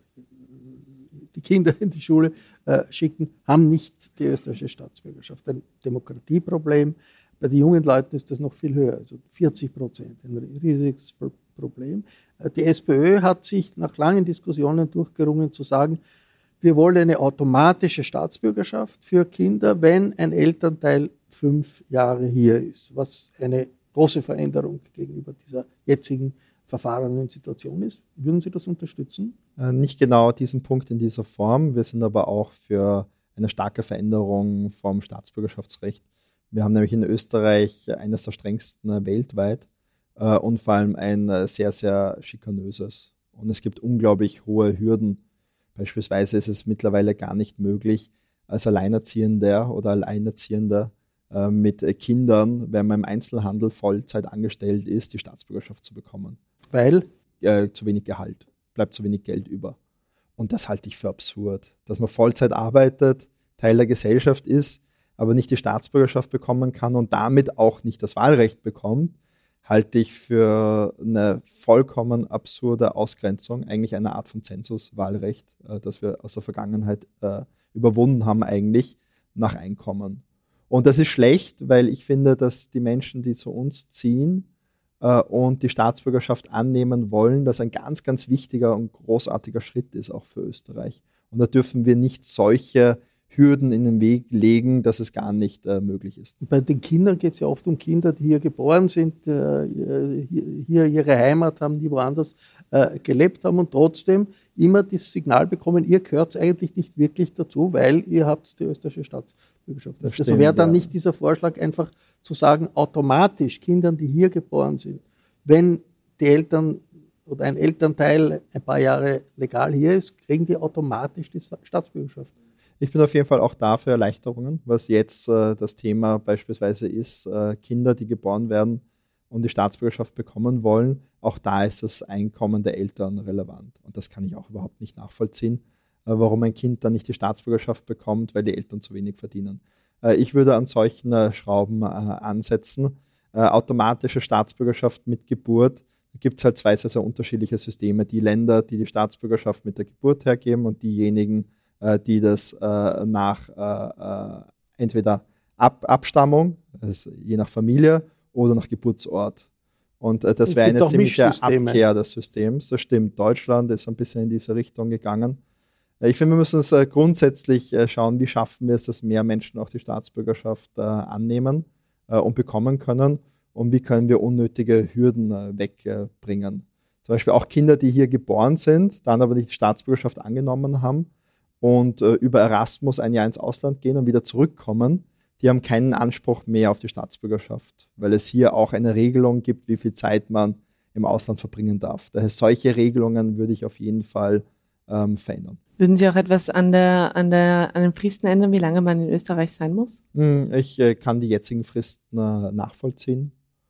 die Kinder in die Schule äh, schicken, haben nicht die österreichische Staatsbürgerschaft. Ein Demokratieproblem. Bei den jungen Leuten ist das noch viel höher, also vierzig Prozent, ein riesiges Problem. Die SPÖ hat sich nach langen Diskussionen durchgerungen zu sagen, wir wollen eine automatische Staatsbürgerschaft für Kinder, wenn ein Elternteil fünf Jahre hier ist, was eine große Veränderung gegenüber dieser jetzigen verfahrenen Situation ist. Würden Sie das unterstützen? Äh, nicht genau diesen Punkt in dieser Form. Wir sind aber auch für eine starke Veränderung vom Staatsbürgerschaftsrecht. Wir haben nämlich in Österreich eines der strengsten weltweit äh, und vor allem ein äh, sehr, sehr schikanöses. Und es gibt unglaublich hohe Hürden. Beispielsweise ist es mittlerweile gar nicht möglich, als Alleinerziehender oder Alleinerziehender äh, mit äh, Kindern, wenn man im Einzelhandel Vollzeit angestellt ist, die Staatsbürgerschaft zu bekommen. Weil? Äh, zu wenig Gehalt, bleibt zu wenig Geld über. Und das halte ich für absurd. Dass man Vollzeit arbeitet, Teil der Gesellschaft ist, aber nicht die Staatsbürgerschaft bekommen kann und damit auch nicht das Wahlrecht bekommt, halte ich für eine vollkommen absurde Ausgrenzung, eigentlich eine Art von Zensuswahlrecht, äh, das wir aus der Vergangenheit äh, überwunden haben eigentlich, nach Einkommen. Und das ist schlecht, weil ich finde, dass die Menschen, die zu uns ziehen äh, und die Staatsbürgerschaft annehmen wollen, das ein ganz, ganz wichtiger und großartiger Schritt ist, auch für Österreich. Und da dürfen wir nicht solche Hürden in den Weg legen, dass es gar nicht äh, möglich ist. Bei den Kindern geht es ja oft um Kinder, die hier geboren sind, äh, hier, hier ihre Heimat haben, die woanders äh, gelebt haben und trotzdem immer das Signal bekommen, ihr gehört eigentlich nicht wirklich dazu, weil ihr habt die österreichische Staatsbürgerschaft. Das also wäre dann ja nicht dieser Vorschlag, einfach zu sagen, automatisch Kindern, die hier geboren sind, wenn die Eltern oder ein Elternteil ein paar Jahre legal hier ist, kriegen die automatisch die Staatsbürgerschaft. Ich bin auf jeden Fall auch da für Erleichterungen, was jetzt äh, das Thema beispielsweise ist, äh, Kinder, die geboren werden und die Staatsbürgerschaft bekommen wollen. Auch da ist das Einkommen der Eltern relevant. Und das kann ich auch überhaupt nicht nachvollziehen, äh, warum ein Kind dann nicht die Staatsbürgerschaft bekommt, weil die Eltern zu wenig verdienen. Äh, ich würde an solchen äh, Schrauben äh, ansetzen. Äh, automatische Staatsbürgerschaft mit Geburt. Da gibt es halt zwei sehr, sehr unterschiedliche Systeme. Die Länder, die die Staatsbürgerschaft mit der Geburt hergeben und diejenigen, die das äh, nach äh, äh, entweder Ab- Abstammung, also je nach Familie, oder nach Geburtsort. Und äh, das wäre eine ziemliche Abkehr des Systems. Das stimmt. Deutschland ist ein bisschen in diese Richtung gegangen. Äh, ich finde, wir müssen es äh, grundsätzlich äh, schauen, wie schaffen wir es, dass mehr Menschen auch die Staatsbürgerschaft äh, annehmen äh, und bekommen können und wie können wir unnötige Hürden äh, wegbringen. Zum Beispiel auch Kinder, die hier geboren sind, dann aber nicht die Staatsbürgerschaft angenommen haben, und äh, über Erasmus ein Jahr ins Ausland gehen und wieder zurückkommen, die haben keinen Anspruch mehr auf die Staatsbürgerschaft, weil es hier auch eine Regelung gibt, wie viel Zeit man im Ausland verbringen darf. Daher solche Regelungen würde ich auf jeden Fall ähm, verändern. Würden Sie auch etwas an, der, an, der, an den Fristen ändern, wie lange man in Österreich sein muss? Ich äh, kann die jetzigen Fristen äh, nachvollziehen.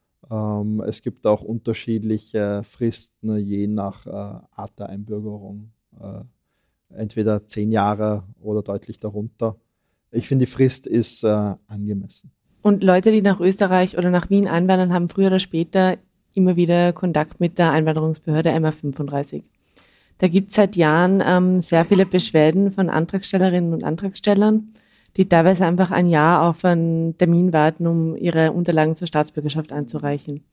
Ähm, es gibt auch unterschiedliche Fristen, je nach äh, Art der Einbürgerung. Äh, entweder zehn Jahre oder deutlich darunter. Ich finde, die Frist ist äh, angemessen. Und Leute, die nach Österreich oder nach Wien einwandern, haben früher oder später immer wieder Kontakt mit der Einwanderungsbehörde M R fünfunddreißig. Da gibt es seit Jahren ähm, sehr viele Beschwerden von Antragstellerinnen und Antragstellern, die teilweise einfach ein Jahr auf einen Termin warten, um ihre Unterlagen zur Staatsbürgerschaft einzureichen.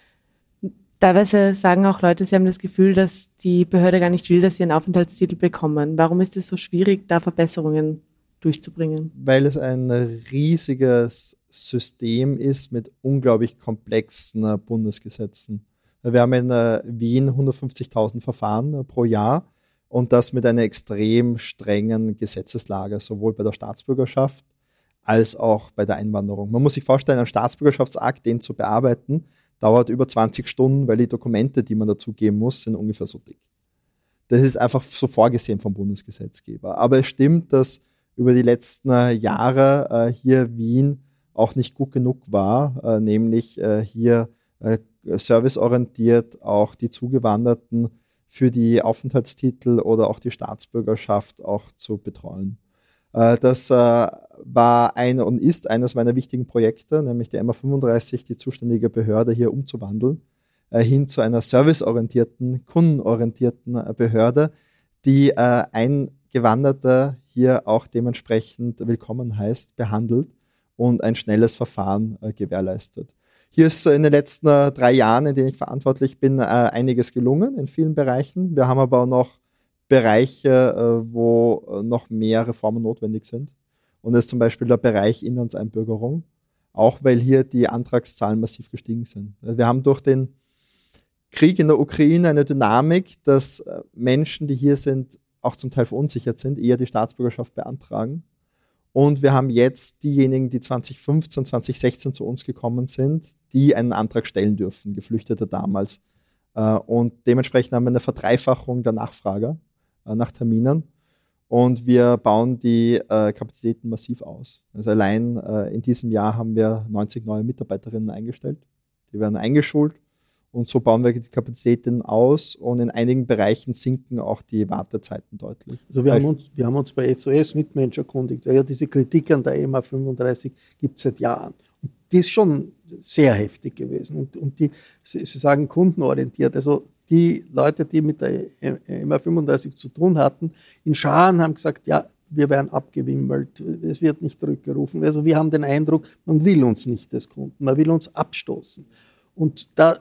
Teilweise sagen auch Leute, sie haben das Gefühl, dass die Behörde gar nicht will, dass sie einen Aufenthaltstitel bekommen. Warum ist es so schwierig, da Verbesserungen durchzubringen? Weil es ein riesiges System ist mit unglaublich komplexen äh, Bundesgesetzen. Wir haben in äh, Wien hundertfünfzigtausend Verfahren äh, pro Jahr und das mit einer extrem strengen Gesetzeslage, sowohl bei der Staatsbürgerschaft als auch bei der Einwanderung. Man muss sich vorstellen, ein Staatsbürgerschaftsakt, den zu bearbeiten, dauert über zwanzig Stunden, weil die Dokumente, die man dazu geben muss, sind ungefähr so dick. Das ist einfach so vorgesehen vom Bundesgesetzgeber. Aber es stimmt, dass über die letzten äh, Jahre äh, hier Wien auch nicht gut genug war, äh, nämlich äh, hier äh, serviceorientiert auch die Zugewanderten für die Aufenthaltstitel oder auch die Staatsbürgerschaft auch zu betreuen. Äh, das äh, war ein und ist eines meiner wichtigen Projekte, nämlich die M A fünfunddreißig, die zuständige Behörde hier umzuwandeln, äh, hin zu einer serviceorientierten, kundenorientierten äh, Behörde, die äh, Eingewanderte hier auch dementsprechend willkommen heißt, behandelt und ein schnelles Verfahren äh, gewährleistet. Hier ist in den letzten äh, drei Jahren, in denen ich verantwortlich bin, äh, einiges gelungen in vielen Bereichen. Wir haben aber auch noch Bereiche, äh, wo äh, noch mehr Reformen notwendig sind. Und das ist zum Beispiel der Bereich Inlandseinbürgerung, auch weil hier die Antragszahlen massiv gestiegen sind. Wir haben durch den Krieg in der Ukraine eine Dynamik, dass äh, Menschen, die hier sind, auch zum Teil verunsichert sind, eher die Staatsbürgerschaft beantragen. Und wir haben jetzt diejenigen, die zwanzig fünfzehn, zwanzig sechzehn zu uns gekommen sind, die einen Antrag stellen dürfen, Geflüchtete damals. Und dementsprechend haben wir eine Verdreifachung der Nachfrage nach Terminen. Und wir bauen die Kapazitäten massiv aus. Also allein in diesem Jahr haben wir neunzig neue Mitarbeiterinnen eingestellt. Die werden eingeschult. Und so bauen wir die Kapazitäten aus und in einigen Bereichen sinken auch die Wartezeiten deutlich. Also wir haben uns, wir haben uns bei S O S Mitmensch erkundigt, weil ja diese Kritik an der M A fünfunddreißig gibt es seit Jahren. Und die ist schon sehr heftig gewesen. Und, und die, Sie sagen kundenorientiert, also die Leute, die mit der M A fünfunddreißig zu tun hatten, in Scharen haben gesagt, ja, wir werden abgewimmelt, es wird nicht zurückgerufen. Also wir haben den Eindruck, man will uns nicht als Kunden, man will uns abstoßen. Und da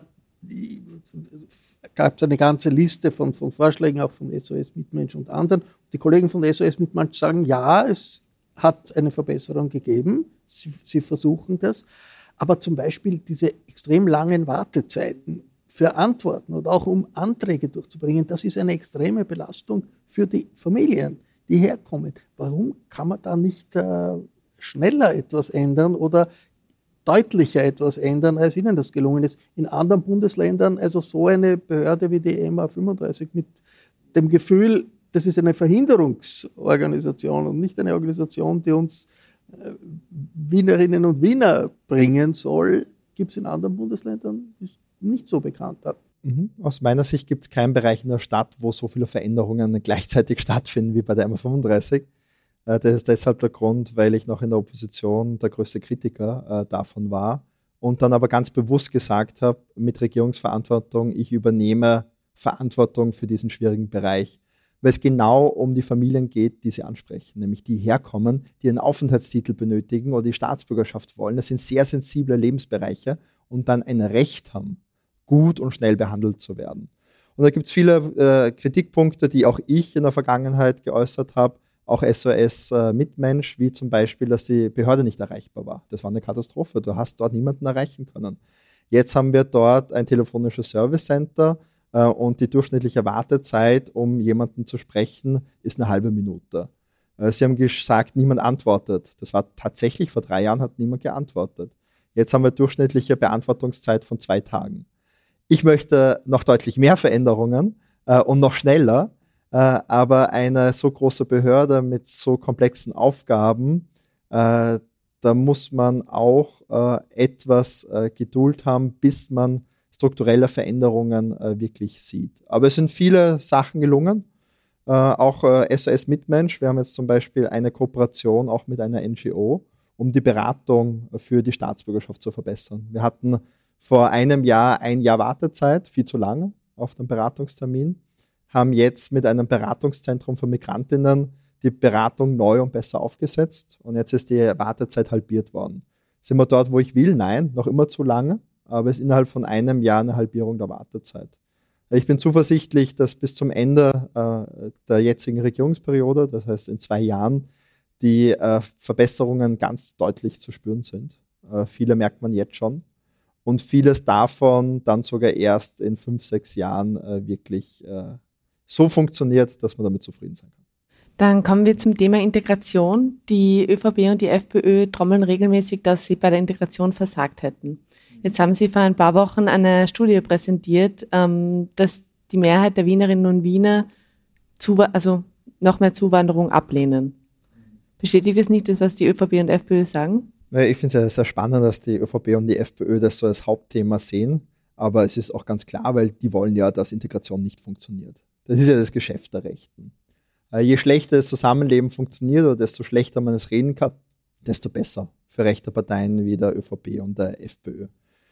gab es eine ganze Liste von, von Vorschlägen, auch von S O S Mitmensch und anderen. Die Kollegen von S O S Mitmensch sagen, ja, es hat eine Verbesserung gegeben, sie, sie versuchen das, aber zum Beispiel diese extrem langen Wartezeiten für Antworten oder auch um Anträge durchzubringen, das ist eine extreme Belastung für die Familien, die herkommen. Warum kann man da nicht äh, schneller etwas ändern oder deutlicher etwas ändern, als Ihnen das gelungen ist? In anderen Bundesländern, also so eine Behörde wie die M A fünfunddreißig mit dem Gefühl, das ist eine Verhinderungsorganisation und nicht eine Organisation, die uns äh, Wienerinnen und Wiener bringen soll, gibt es in anderen Bundesländern, ist nicht so bekannt. Mhm. Aus meiner Sicht gibt es keinen Bereich in der Stadt, wo so viele Veränderungen gleichzeitig stattfinden wie bei der M A fünfunddreißig. Das ist deshalb der Grund, weil ich noch in der Opposition der größte Kritiker äh, davon war und dann aber ganz bewusst gesagt habe, mit Regierungsverantwortung, ich übernehme Verantwortung für diesen schwierigen Bereich, weil es genau um die Familien geht, die Sie ansprechen, nämlich die herkommen, die einen Aufenthaltstitel benötigen oder die Staatsbürgerschaft wollen. Das sind sehr sensible Lebensbereiche und dann ein Recht haben, gut und schnell behandelt zu werden. Und da gibt es viele äh, Kritikpunkte, die auch ich in der Vergangenheit geäußert habe, auch S O S äh, Mitmensch, wie zum Beispiel, dass die Behörde nicht erreichbar war. Das war eine Katastrophe. Du hast dort niemanden erreichen können. Jetzt haben wir dort ein telefonisches Service Center äh, und die durchschnittliche Wartezeit, um jemanden zu sprechen, ist eine halbe Minute. Äh, Sie haben gesagt, niemand antwortet. Das war tatsächlich, vor drei Jahren hat niemand geantwortet. Jetzt haben wir durchschnittliche Beantwortungszeit von zwei Tagen. Ich möchte noch deutlich mehr Veränderungen äh, und noch schneller. Uh, aber eine so große Behörde mit so komplexen Aufgaben, uh, da muss man auch uh, etwas uh, Geduld haben, bis man strukturelle Veränderungen uh, wirklich sieht. Aber es sind viele Sachen gelungen, uh, auch uh, S O S Mitmensch. Wir haben jetzt zum Beispiel eine Kooperation auch mit einer N G O, um die Beratung für die Staatsbürgerschaft zu verbessern. Wir hatten vor einem Jahr ein Jahr Wartezeit, viel zu lange auf den Beratungstermin, haben jetzt mit einem Beratungszentrum für Migrantinnen die Beratung neu und besser aufgesetzt und jetzt ist die Wartezeit halbiert worden. Sind wir dort, wo ich will? Nein, noch immer zu lange, aber es ist innerhalb von einem Jahr eine Halbierung der Wartezeit. Ich bin zuversichtlich, dass bis zum Ende äh, der jetzigen Regierungsperiode, das heißt in zwei Jahren, die äh, Verbesserungen ganz deutlich zu spüren sind. Äh, viele merkt man jetzt schon. Und vieles davon dann sogar erst in fünf, sechs Jahren äh, wirklich äh, so funktioniert, dass man damit zufrieden sein kann. Dann kommen wir zum Thema Integration. Die ÖVP und die FPÖ trommeln regelmäßig, dass sie bei der Integration versagt hätten. Jetzt haben Sie vor ein paar Wochen eine Studie präsentiert, ähm, dass die Mehrheit der Wienerinnen und Wiener Zuwa- also noch mehr Zuwanderung ablehnen. Bestätigt das nicht das, was die ÖVP und FPÖ sagen? Ich finde es sehr, sehr spannend, dass die ÖVP und die FPÖ das so als Hauptthema sehen. Aber es ist auch ganz klar, weil die wollen ja, dass Integration nicht funktioniert. Das ist ja das Geschäft der Rechten. Je schlechter das Zusammenleben funktioniert oder desto schlechter man es reden kann, desto besser für rechte Parteien wie der ÖVP und der FPÖ.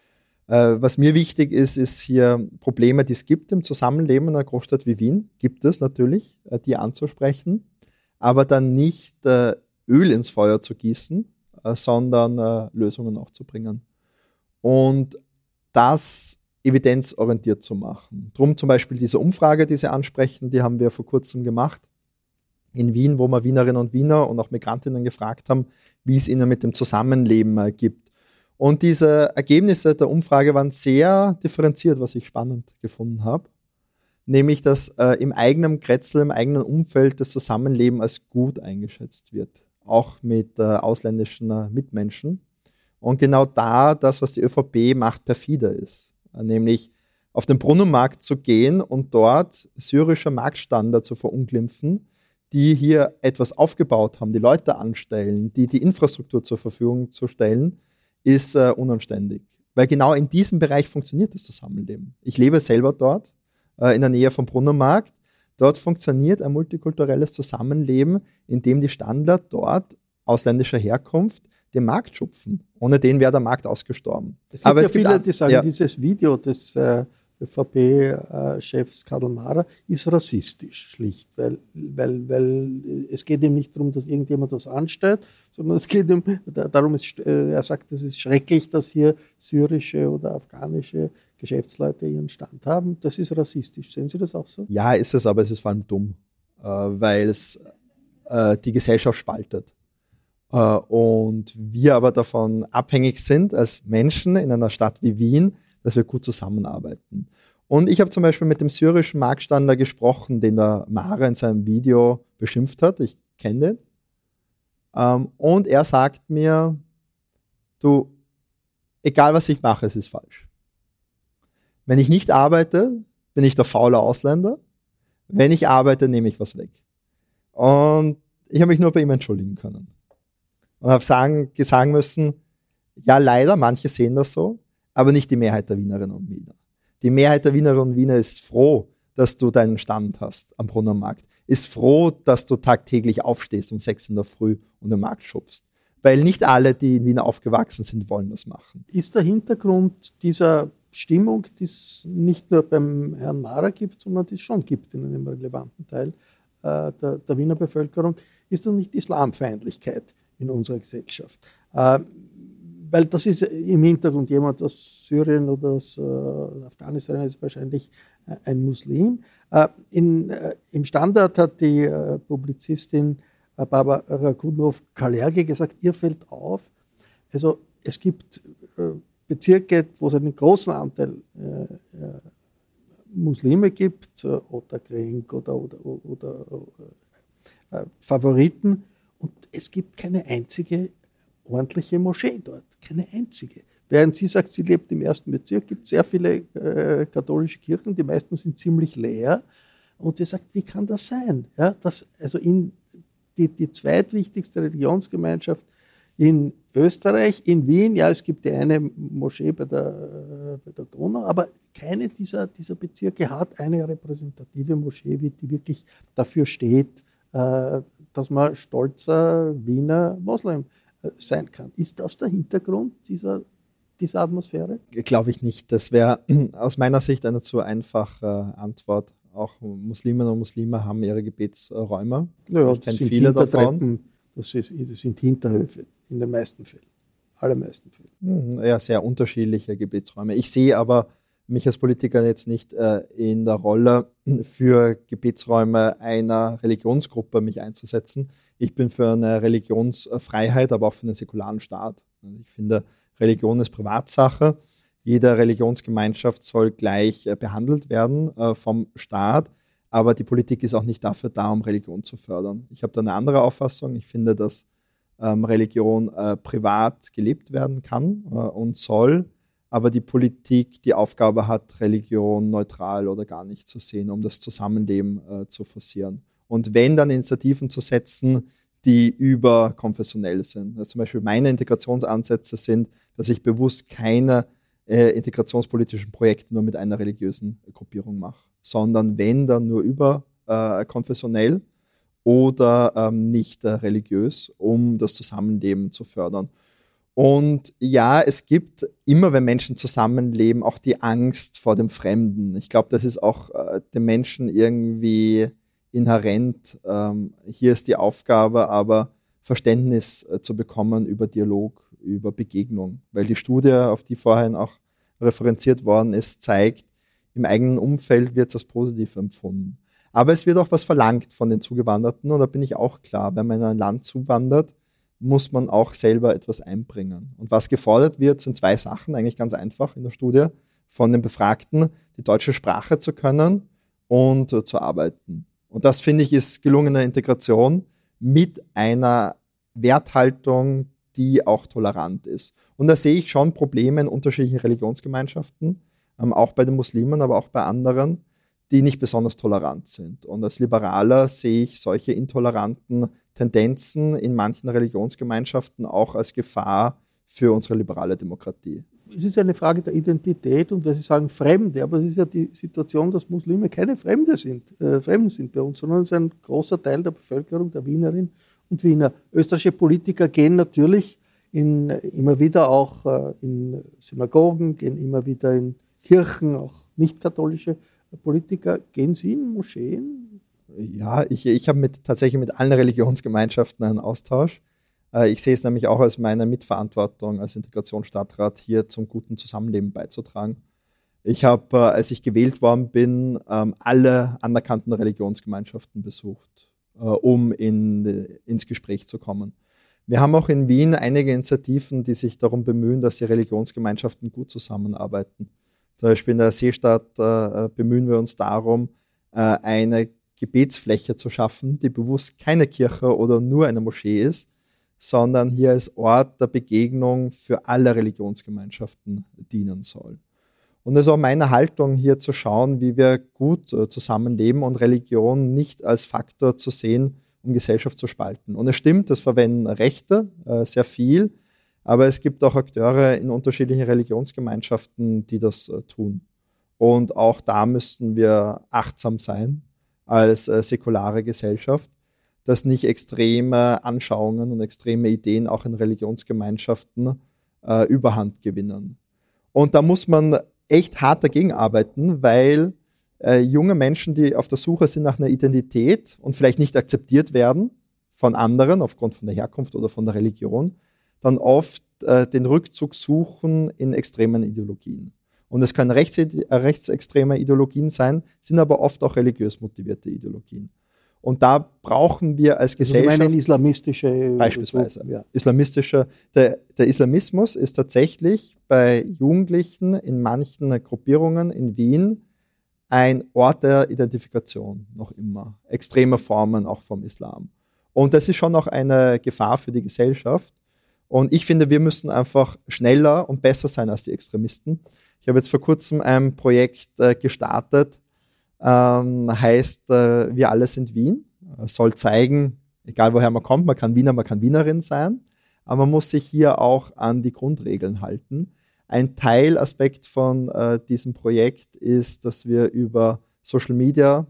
Was mir wichtig ist, ist hier Probleme, die es gibt im Zusammenleben in einer Großstadt wie Wien, gibt es natürlich, die anzusprechen, aber dann nicht Öl ins Feuer zu gießen, sondern Lösungen auch zu bringen. Und das evidenzorientiert zu machen. Drum zum Beispiel diese Umfrage, die Sie ansprechen, die haben wir vor kurzem gemacht in Wien, wo wir Wienerinnen und Wiener und auch Migrantinnen gefragt haben, wie es ihnen mit dem Zusammenleben äh, gibt. Und diese Ergebnisse der Umfrage waren sehr differenziert, was ich spannend gefunden habe. Nämlich, dass äh, im eigenen Kretzel, im eigenen Umfeld das Zusammenleben als gut eingeschätzt wird. Auch mit äh, ausländischen äh, Mitmenschen. Und genau da das, was die ÖVP macht, perfider ist. Äh, nämlich auf den Brunnenmarkt zu gehen und dort syrische Marktstander zu verunglimpfen, die hier etwas aufgebaut haben, die Leute anstellen, die die Infrastruktur zur Verfügung zu stellen, ist äh, unanständig. Weil genau in diesem Bereich funktioniert das Zusammenleben. Ich lebe selber dort, äh, in der Nähe vom Brunnenmarkt. Dort funktioniert ein multikulturelles Zusammenleben, in dem die Standler dort ausländischer Herkunft den Markt schupfen. Ohne den wäre der Markt ausgestorben. Es gibt Aber ja es gibt viele, an- die sagen, ja. dieses Video des äh, ÖVP-Chefs Karl Maurer ist rassistisch, schlicht, weil, weil, weil es geht ihm nicht darum, dass irgendjemand was anstellt, sondern es geht ihm darum, es, äh, er sagt, es ist schrecklich, dass hier syrische oder afghanische Geschäftsleute ihren Stand haben. Das ist rassistisch. Sehen Sie das auch so? Ja, ist es, aber es ist vor allem dumm, äh, weil es äh, die Gesellschaft spaltet. Äh, und wir aber davon abhängig sind, als Menschen in einer Stadt wie Wien, dass wir gut zusammenarbeiten. Und ich habe zum Beispiel mit dem syrischen Marktstander gesprochen, den der Mara in seinem Video beschimpft hat. Ich kenne den. Ähm, und er sagt mir, du, egal was ich mache, es ist falsch. Wenn ich nicht arbeite, bin ich der faule Ausländer. Wenn ich arbeite, nehme ich was weg. Und ich habe mich nur bei ihm entschuldigen können. Und habe sagen, sagen müssen, ja leider, manche sehen das so, aber nicht die Mehrheit der Wienerinnen und Wiener. Die Mehrheit der Wienerinnen und Wiener ist froh, dass du deinen Stand hast am Brunnenmarkt. Ist froh, dass du tagtäglich aufstehst um sechs in der Früh und den Markt schubst. Weil nicht alle, die in Wien aufgewachsen sind, wollen das machen. Ist der Hintergrund dieser Stimmung, die es nicht nur beim Herrn Maurer gibt, sondern die es schon gibt in einem relevanten Teil äh, der, der Wiener Bevölkerung, ist das nicht Islamfeindlichkeit in unserer Gesellschaft? Äh, Weil das ist im Hintergrund jemand aus Syrien oder aus äh, Afghanistan, ist wahrscheinlich äh, ein Muslim. Äh, in, äh, Im Standard hat die äh, Publizistin äh, Barbara Kudnow-Kalergi gesagt, ihr fällt auf, also es gibt äh, Bezirke, wo es einen großen Anteil äh, äh, Muslime gibt, äh, Otterkring oder, oder, oder äh, Favoriten, und es gibt keine einzige ordentliche Moschee dort, keine einzige. Während sie sagt, sie lebt im ersten Bezirk, gibt es sehr viele äh, katholische Kirchen, die meisten sind ziemlich leer. Und sie sagt, wie kann das sein? Ja, dass also in die, die zweitwichtigste Religionsgemeinschaft in Österreich, in Wien, ja, es gibt die eine Moschee bei der, äh, bei der Donau, aber keine dieser, dieser Bezirke hat eine repräsentative Moschee, die wirklich dafür steht, äh, dass man stolzer Wiener Moslem sein kann. Ist das der Hintergrund dieser, dieser Atmosphäre? Glaube ich nicht. Das wäre aus meiner Sicht eine zu einfache Antwort. Auch Musliminnen und Muslime haben ihre Gebetsräume. Naja, ich kenne viele davon. Das, ist, das sind Hinterhöfe in den meisten Fällen. Allermeisten Fällen. Ja, sehr unterschiedliche Gebetsräume. Ich sehe aber mich als Politiker jetzt nicht äh, in der Rolle, für Gebetsräume einer Religionsgruppe mich einzusetzen. Ich bin für eine Religionsfreiheit, aber auch für einen säkularen Staat. Ich finde, Religion ist Privatsache. Jede Religionsgemeinschaft soll gleich äh, behandelt werden äh, vom Staat. Aber die Politik ist auch nicht dafür da, um Religion zu fördern. Ich habe da eine andere Auffassung. Ich finde, dass ähm, Religion äh, privat gelebt werden kann äh, und soll. Aber die Politik die Aufgabe hat, Religion neutral oder gar nicht zu sehen, um das Zusammenleben äh, zu forcieren. Und wenn, dann Initiativen zu setzen, die überkonfessionell sind. Also zum Beispiel meine Integrationsansätze sind, dass ich bewusst keine äh, integrationspolitischen Projekte nur mit einer religiösen Gruppierung mache, sondern wenn, dann nur überkonfessionell äh, oder ähm, nicht äh, religiös, um das Zusammenleben zu fördern. Und ja, es gibt immer, wenn Menschen zusammenleben, auch die Angst vor dem Fremden. Ich glaube, das ist auch äh, dem Menschen irgendwie inhärent. Ähm, hier ist die Aufgabe, aber Verständnis äh, zu bekommen über Dialog, über Begegnung. Weil die Studie, auf die vorhin auch referenziert worden ist, zeigt, im eigenen Umfeld wird es als positiv empfunden. Aber es wird auch was verlangt von den Zugewanderten und da bin ich auch klar, wenn man in ein Land zuwandert, muss man auch selber etwas einbringen. Und was gefordert wird, sind zwei Sachen, eigentlich ganz einfach in der Studie, von den Befragten, die deutsche Sprache zu können und äh, zu arbeiten. Und das, finde ich, ist gelungene Integration mit einer Werthaltung, die auch tolerant ist. Und da sehe ich schon Probleme in unterschiedlichen Religionsgemeinschaften, ähm, auch bei den Muslimen, aber auch bei anderen, die nicht besonders tolerant sind. Und als Liberaler sehe ich solche intoleranten Tendenzen in manchen Religionsgemeinschaften auch als Gefahr für unsere liberale Demokratie. Es ist eine Frage der Identität und, weil Sie sagen Fremde, aber es ist ja die Situation, dass Muslime keine Fremde sind, äh, Fremden sind bei uns, sondern es ist ein großer Teil der Bevölkerung, der Wienerinnen und Wiener. Österreichische Politiker gehen natürlich in, immer wieder auch äh, in Synagogen, gehen immer wieder in Kirchen, auch nicht-katholische Politiker. Gehen Sie in Moscheen? Ja, ich, ich habe mit, tatsächlich mit allen Religionsgemeinschaften einen Austausch. Ich sehe es nämlich auch als meine Mitverantwortung als Integrationsstadtrat, hier zum guten Zusammenleben beizutragen. Ich habe, als ich gewählt worden bin, alle anerkannten Religionsgemeinschaften besucht, um in, ins Gespräch zu kommen. Wir haben auch in Wien einige Initiativen, die sich darum bemühen, dass die Religionsgemeinschaften gut zusammenarbeiten. Zum Beispiel in der Seestadt bemühen wir uns darum, eine Gebetsfläche zu schaffen, die bewusst keine Kirche oder nur eine Moschee ist, sondern hier als Ort der Begegnung für alle Religionsgemeinschaften dienen soll. Und es ist auch meine Haltung, hier zu schauen, wie wir gut äh, zusammenleben und Religion nicht als Faktor zu sehen, um Gesellschaft zu spalten. Und es stimmt, das verwenden Rechte äh, sehr viel, aber es gibt auch Akteure in unterschiedlichen Religionsgemeinschaften, die das äh, tun. Und auch da müssten wir achtsam sein als äh, säkulare Gesellschaft, dass nicht extreme Anschauungen und extreme Ideen auch in Religionsgemeinschaften äh, Überhand gewinnen. Und da muss man echt hart dagegen arbeiten, weil äh, junge Menschen, die auf der Suche sind nach einer Identität und vielleicht nicht akzeptiert werden von anderen aufgrund von der Herkunft oder von der Religion, dann oft äh, den Rückzug suchen in extremen Ideologien. Und es können rechts, äh, rechtsextreme Ideologien sein, sind aber oft auch religiös motivierte Ideologien. Und da brauchen wir als Gesellschaft... Also eine islamistische... Beispielsweise. Ja. Islamistische, der, der Islamismus ist tatsächlich bei Jugendlichen in manchen Gruppierungen in Wien ein Ort der Identifikation, noch immer. Extreme Formen auch vom Islam. Und das ist schon auch eine Gefahr für die Gesellschaft. Und ich finde, wir müssen einfach schneller und besser sein als die Extremisten. Ich habe jetzt vor kurzem ein Projekt äh, gestartet, Ähm, heißt, äh, wir alle sind Wien, äh, soll zeigen, egal woher man kommt, man kann Wiener, man kann Wienerin sein, aber man muss sich hier auch an die Grundregeln halten. Ein Teilaspekt von äh, diesem Projekt ist, dass wir über Social Media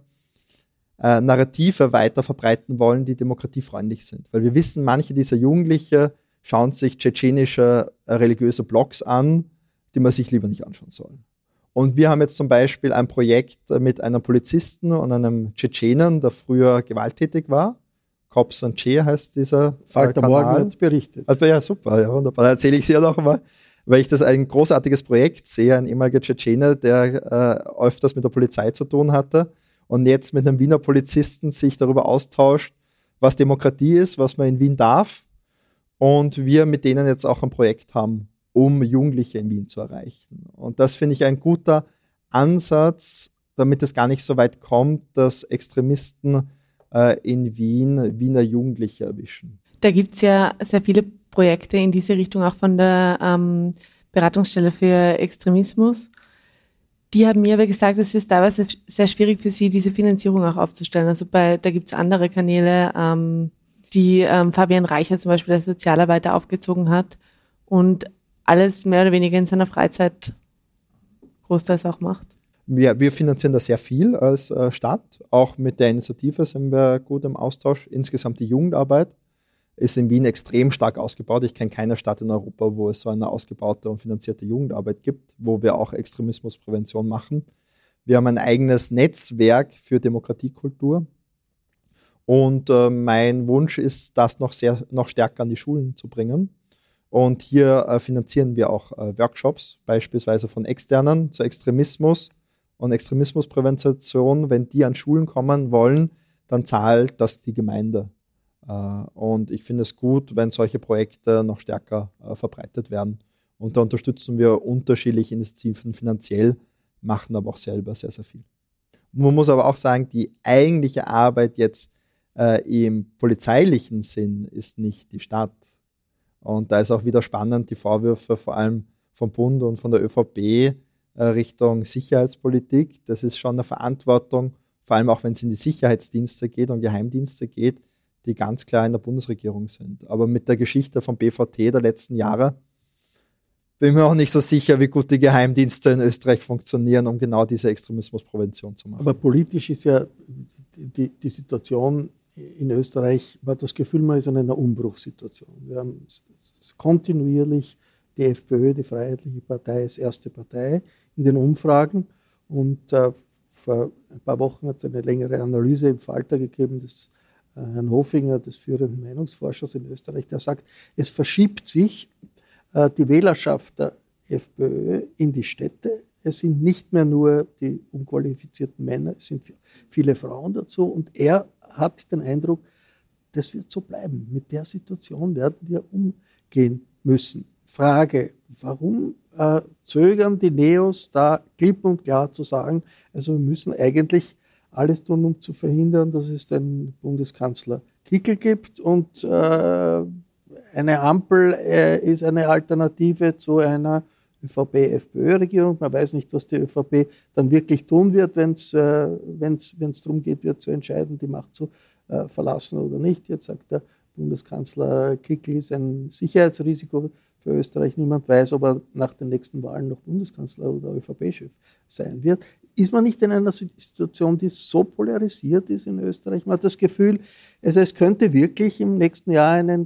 äh, Narrative weiter verbreiten wollen, die demokratiefreundlich sind. Weil wir wissen, manche dieser Jugendliche schauen sich tschetschenische äh, religiöse Blogs an, die man sich lieber nicht anschauen soll. Und wir haben jetzt zum Beispiel ein Projekt mit einem Polizisten und einem Tschetschenen, der früher gewalttätig war. Cops and Che heißt dieser Falter Morgen hat berichtet. Also, ja, super, ja, wunderbar. Da erzähle ich Sie ja noch einmal, weil ich das ein großartiges Projekt sehe, ein ehemaliger Tschetschene, der äh, öfters mit der Polizei zu tun hatte und jetzt mit einem Wiener Polizisten sich darüber austauscht, was Demokratie ist, was man in Wien darf. Und wir mit denen jetzt auch ein Projekt haben, um Jugendliche in Wien zu erreichen. Und das finde ich ein guter Ansatz, damit es gar nicht so weit kommt, dass Extremisten äh, in Wien Wiener Jugendliche erwischen. Da gibt es ja sehr viele Projekte in diese Richtung, auch von der ähm, Beratungsstelle für Extremismus. Die haben mir aber gesagt, es ist teilweise sehr schwierig für sie, diese Finanzierung auch aufzustellen. Also bei, da gibt es andere Kanäle, ähm, die ähm, Fabian Reicher zum Beispiel als Sozialarbeiter aufgezogen hat und alles mehr oder weniger in seiner Freizeit großteils auch macht. Wir, wir finanzieren da sehr viel als äh, Stadt. Auch mit der Initiative sind wir gut im Austausch. Insgesamt die Jugendarbeit ist in Wien extrem stark ausgebaut. Ich kenne keine Stadt in Europa, wo es so eine ausgebaute und finanzierte Jugendarbeit gibt, wo wir auch Extremismusprävention machen. Wir haben ein eigenes Netzwerk für Demokratiekultur. Und äh, mein Wunsch ist, das noch, sehr, noch stärker an die Schulen zu bringen. Und hier äh, finanzieren wir auch äh, Workshops, beispielsweise von Externen zu Extremismus und Extremismusprävention. Wenn die an Schulen kommen wollen, dann zahlt das die Gemeinde. Und ich finde es gut, wenn solche Projekte noch stärker äh, verbreitet werden. Und da unterstützen wir unterschiedliche Initiativen finanziell, machen aber auch selber sehr, sehr viel. Man muss aber auch sagen, die eigentliche Arbeit jetzt äh, im polizeilichen Sinn ist nicht die Stadt. Und da ist auch wieder spannend, die Vorwürfe vor allem vom Bund und von der ÖVP äh, Richtung Sicherheitspolitik. Das ist schon eine Verantwortung, vor allem auch wenn es in die Sicherheitsdienste geht und Geheimdienste geht, die ganz klar in der Bundesregierung sind. Aber mit der Geschichte vom B V T der letzten Jahre bin ich mir auch nicht so sicher, wie gut die Geheimdienste in Österreich funktionieren, um genau diese Extremismusprävention zu machen. Aber politisch ist ja die, die Situation in Österreich, man hat das Gefühl, man ist in einer Umbruchssituation. Wir haben kontinuierlich die FPÖ, die Freiheitliche Partei, als erste Partei in den Umfragen. Und äh, vor ein paar Wochen hat es eine längere Analyse im Falter gegeben, des Herrn Hofinger, des führenden Meinungsforschers in Österreich, der sagt, es verschiebt sich äh, die Wählerschaft der FPÖ in die Städte. Es sind nicht mehr nur die unqualifizierten Männer, es sind viele Frauen dazu. Und er hat den Eindruck, das wird so bleiben. Mit der Situation werden wir umgehen müssen. Frage, warum äh, zögern die Neos da klipp und klar zu sagen, also wir müssen eigentlich alles tun, um zu verhindern, dass es den Bundeskanzler Kickl gibt und äh, eine Ampel äh, ist eine Alternative zu einer ÖVP-FPÖ-Regierung. Man weiß nicht, was die ÖVP dann wirklich tun wird, wenn es äh, wenn's, wenn's darum geht, wird zu entscheiden, die Macht zu äh, verlassen oder nicht. Jetzt sagt der Bundeskanzler Kickl ist ein Sicherheitsrisiko für Österreich. Niemand weiß, ob er nach den nächsten Wahlen noch Bundeskanzler oder ÖVP-Chef sein wird. Ist man nicht in einer Situation, die so polarisiert ist in Österreich? Man hat das Gefühl, also es könnte wirklich im nächsten Jahr einen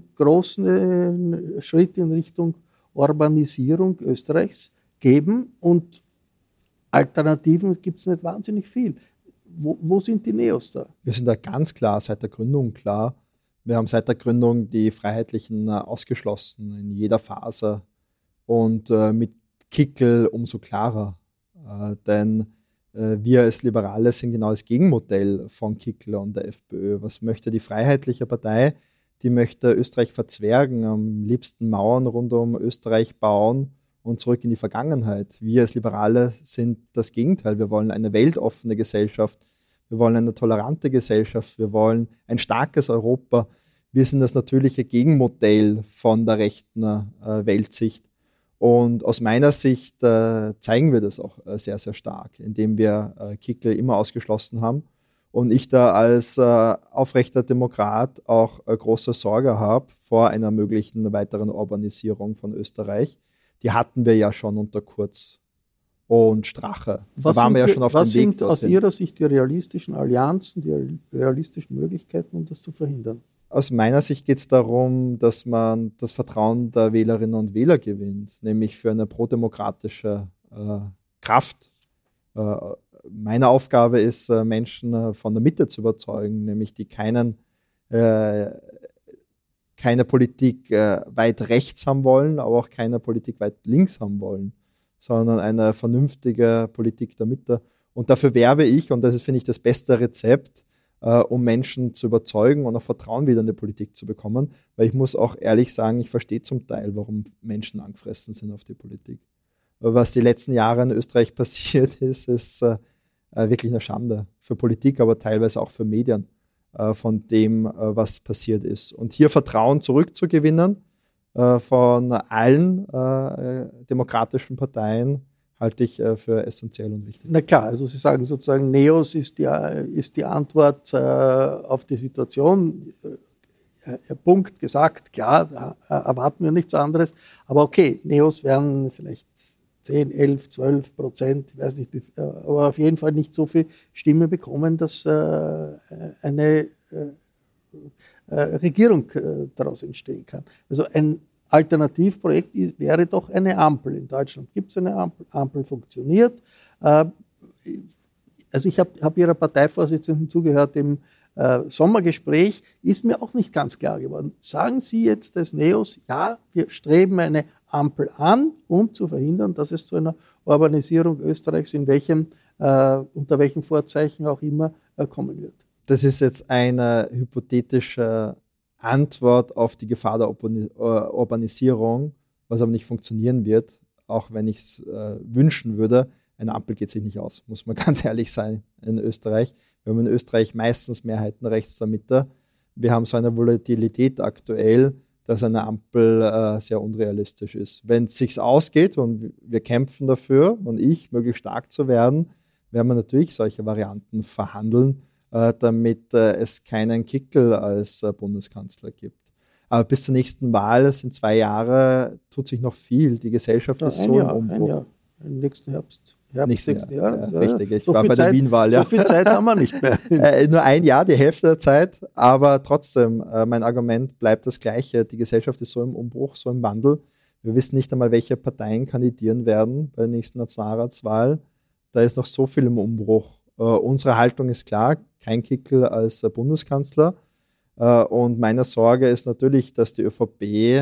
großen Schritt in Richtung Urbanisierung Österreichs geben und Alternativen gibt es nicht wahnsinnig viel. Wo, wo sind die Neos da? Wir sind da ganz klar seit der Gründung klar. Wir haben seit der Gründung die Freiheitlichen ausgeschlossen in jeder Phase und äh, mit Kickl umso klarer. Äh, denn äh, wir als Liberale sind genau das Gegenmodell von Kickl und der FPÖ. Was möchte die Freiheitliche Partei? Die möchte Österreich verzwergen, am liebsten Mauern rund um Österreich bauen und zurück in die Vergangenheit. Wir als Liberale sind das Gegenteil. Wir wollen eine weltoffene Gesellschaft. Wir wollen eine tolerante Gesellschaft. Wir wollen ein starkes Europa. Wir sind das natürliche Gegenmodell von der rechten äh, Weltsicht. Und aus meiner Sicht äh, zeigen wir das auch äh, sehr, sehr stark, indem wir äh, Kickl immer ausgeschlossen haben. Und ich da als äh, aufrechter Demokrat auch äh, große Sorge habe vor einer möglichen weiteren Urbanisierung von Österreich. Die hatten wir ja schon unter Kurz und Strache. Was da waren sind, wir ja schon auf was dem Weg sind aus Ihrer Sicht die realistischen Allianzen, die realistischen Möglichkeiten, um das zu verhindern? Aus meiner Sicht geht es darum, dass man das Vertrauen der Wählerinnen und Wähler gewinnt, nämlich für eine prodemokratische äh, Kraft. Äh, meine Aufgabe ist, äh, Menschen äh, von der Mitte zu überzeugen, nämlich die keinen, äh, keine Politik äh, weit rechts haben wollen, aber auch keine Politik weit links haben wollen, sondern eine vernünftige Politik der Mitte. Und dafür werbe ich, und das ist, finde ich, das beste Rezept, äh, um Menschen zu überzeugen und auch Vertrauen wieder in die Politik zu bekommen. Weil ich muss auch ehrlich sagen, ich verstehe zum Teil, warum Menschen angefressen sind auf die Politik. Was die letzten Jahre in Österreich passiert ist, ist äh, wirklich eine Schande für Politik, aber teilweise auch für Medien äh, von dem, äh, was passiert ist. Und hier Vertrauen zurückzugewinnen äh, von allen äh, demokratischen Parteien, halte ich äh, für essentiell und wichtig. Na klar, also Sie sagen sozusagen, NEOS ist die, ist die Antwort äh, auf die Situation. Herr Punkt gesagt, klar, da erwarten wir nichts anderes. Aber okay, NEOS werden vielleicht zehn, elf, zwölf Prozent, ich weiß nicht, aber auf jeden Fall nicht so viel Stimme bekommen, dass äh, eine äh, Regierung äh, daraus entstehen kann. Also ein Alternativprojekt wäre doch eine Ampel. In Deutschland gibt es eine Ampel, Ampel funktioniert. Äh, also ich habe hab Ihrer Parteivorsitzenden zugehört im äh, Sommergespräch, ist mir auch nicht ganz klar geworden. Sagen Sie jetzt des NEOS, ja, wir streben eine Ampel an, um zu verhindern, dass es zu einer Urbanisierung Österreichs in welchem, äh, unter welchen Vorzeichen auch immer äh, kommen wird. Das ist jetzt eine hypothetische Antwort auf die Gefahr der Urbanisierung, was aber nicht funktionieren wird, auch wenn ich es äh, wünschen würde. Eine Ampel geht sich nicht aus, muss man ganz ehrlich sein, in Österreich. Wir haben in Österreich meistens Mehrheiten rechts der Mitte. Wir haben so eine Volatilität aktuell, dass eine Ampel äh, sehr unrealistisch ist. Wenn es sich ausgeht und wir kämpfen dafür und ich, möglichst stark zu werden, werden wir natürlich solche Varianten verhandeln, damit äh, es keinen Kickel als äh, Bundeskanzler gibt. Aber bis zur nächsten Wahl, das sind zwei Jahre, tut sich noch viel. Die Gesellschaft ja, ist so Jahr, im Umbruch. Ein Jahr, im nächsten Herbst. Herbst nächsten nächsten Jahr, Jahr. Ja, richtig, ich so war bei Zeit, der Wien-Wahl. Ja. So viel Zeit haben wir nicht mehr. äh, nur ein Jahr, die Hälfte der Zeit, aber trotzdem, äh, mein Argument bleibt das gleiche. Die Gesellschaft ist so im Umbruch, so im Wandel. Wir wissen nicht einmal, welche Parteien kandidieren werden bei der nächsten Nationalratswahl. Da ist noch so viel im Umbruch. Uh, unsere Haltung ist klar, kein Kickel als uh, Bundeskanzler. Uh, und meine Sorge ist natürlich, dass die ÖVP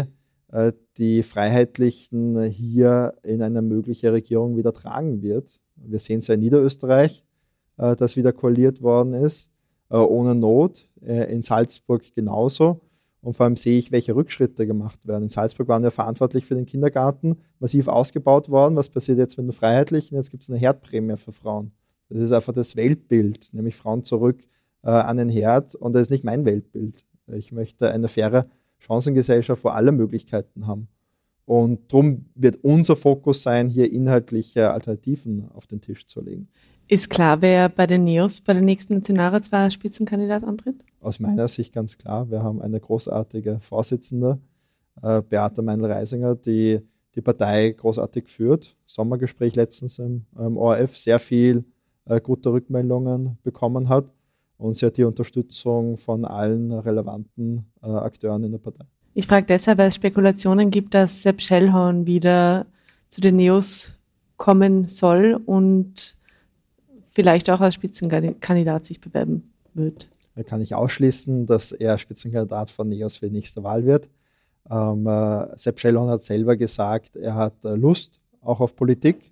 uh, die Freiheitlichen hier in eine mögliche Regierung wieder tragen wird. Wir sehen es ja in Niederösterreich, uh, das wieder koaliert worden ist, uh, ohne Not. Uh, in Salzburg genauso. Und vor allem sehe ich, welche Rückschritte gemacht werden. In Salzburg waren wir verantwortlich für den Kindergarten, massiv ausgebaut worden. Was passiert jetzt mit den Freiheitlichen? Jetzt gibt es eine Herdprämie für Frauen. Das ist einfach das Weltbild, nämlich Frauen zurück äh, an den Herd. Und das ist nicht mein Weltbild. Ich möchte eine faire Chancengesellschaft, wo alle Möglichkeiten haben. Und darum wird unser Fokus sein, hier inhaltliche Alternativen auf den Tisch zu legen. Ist klar, wer bei den NEOS bei der nächsten Nationalratswahl als Spitzenkandidat antritt? Aus meiner Sicht ganz klar. Wir haben eine großartige Vorsitzende, äh, Beate Meinl-Reisinger, die die Partei großartig führt. Sommergespräch letztens im, im O R F, sehr viel Äh, gute Rückmeldungen bekommen hat und sie hat die Unterstützung von allen relevanten äh, Akteuren in der Partei. Ich frage deshalb, weil es Spekulationen gibt, dass Sepp Schellhorn wieder zu den NEOS kommen soll und vielleicht auch als Spitzenkandidat sich bewerben wird. Da kann ich ausschließen, dass er Spitzenkandidat von NEOS für die nächste Wahl wird. Ähm, äh, Sepp Schellhorn hat selber gesagt, er hat äh, Lust auch auf Politik.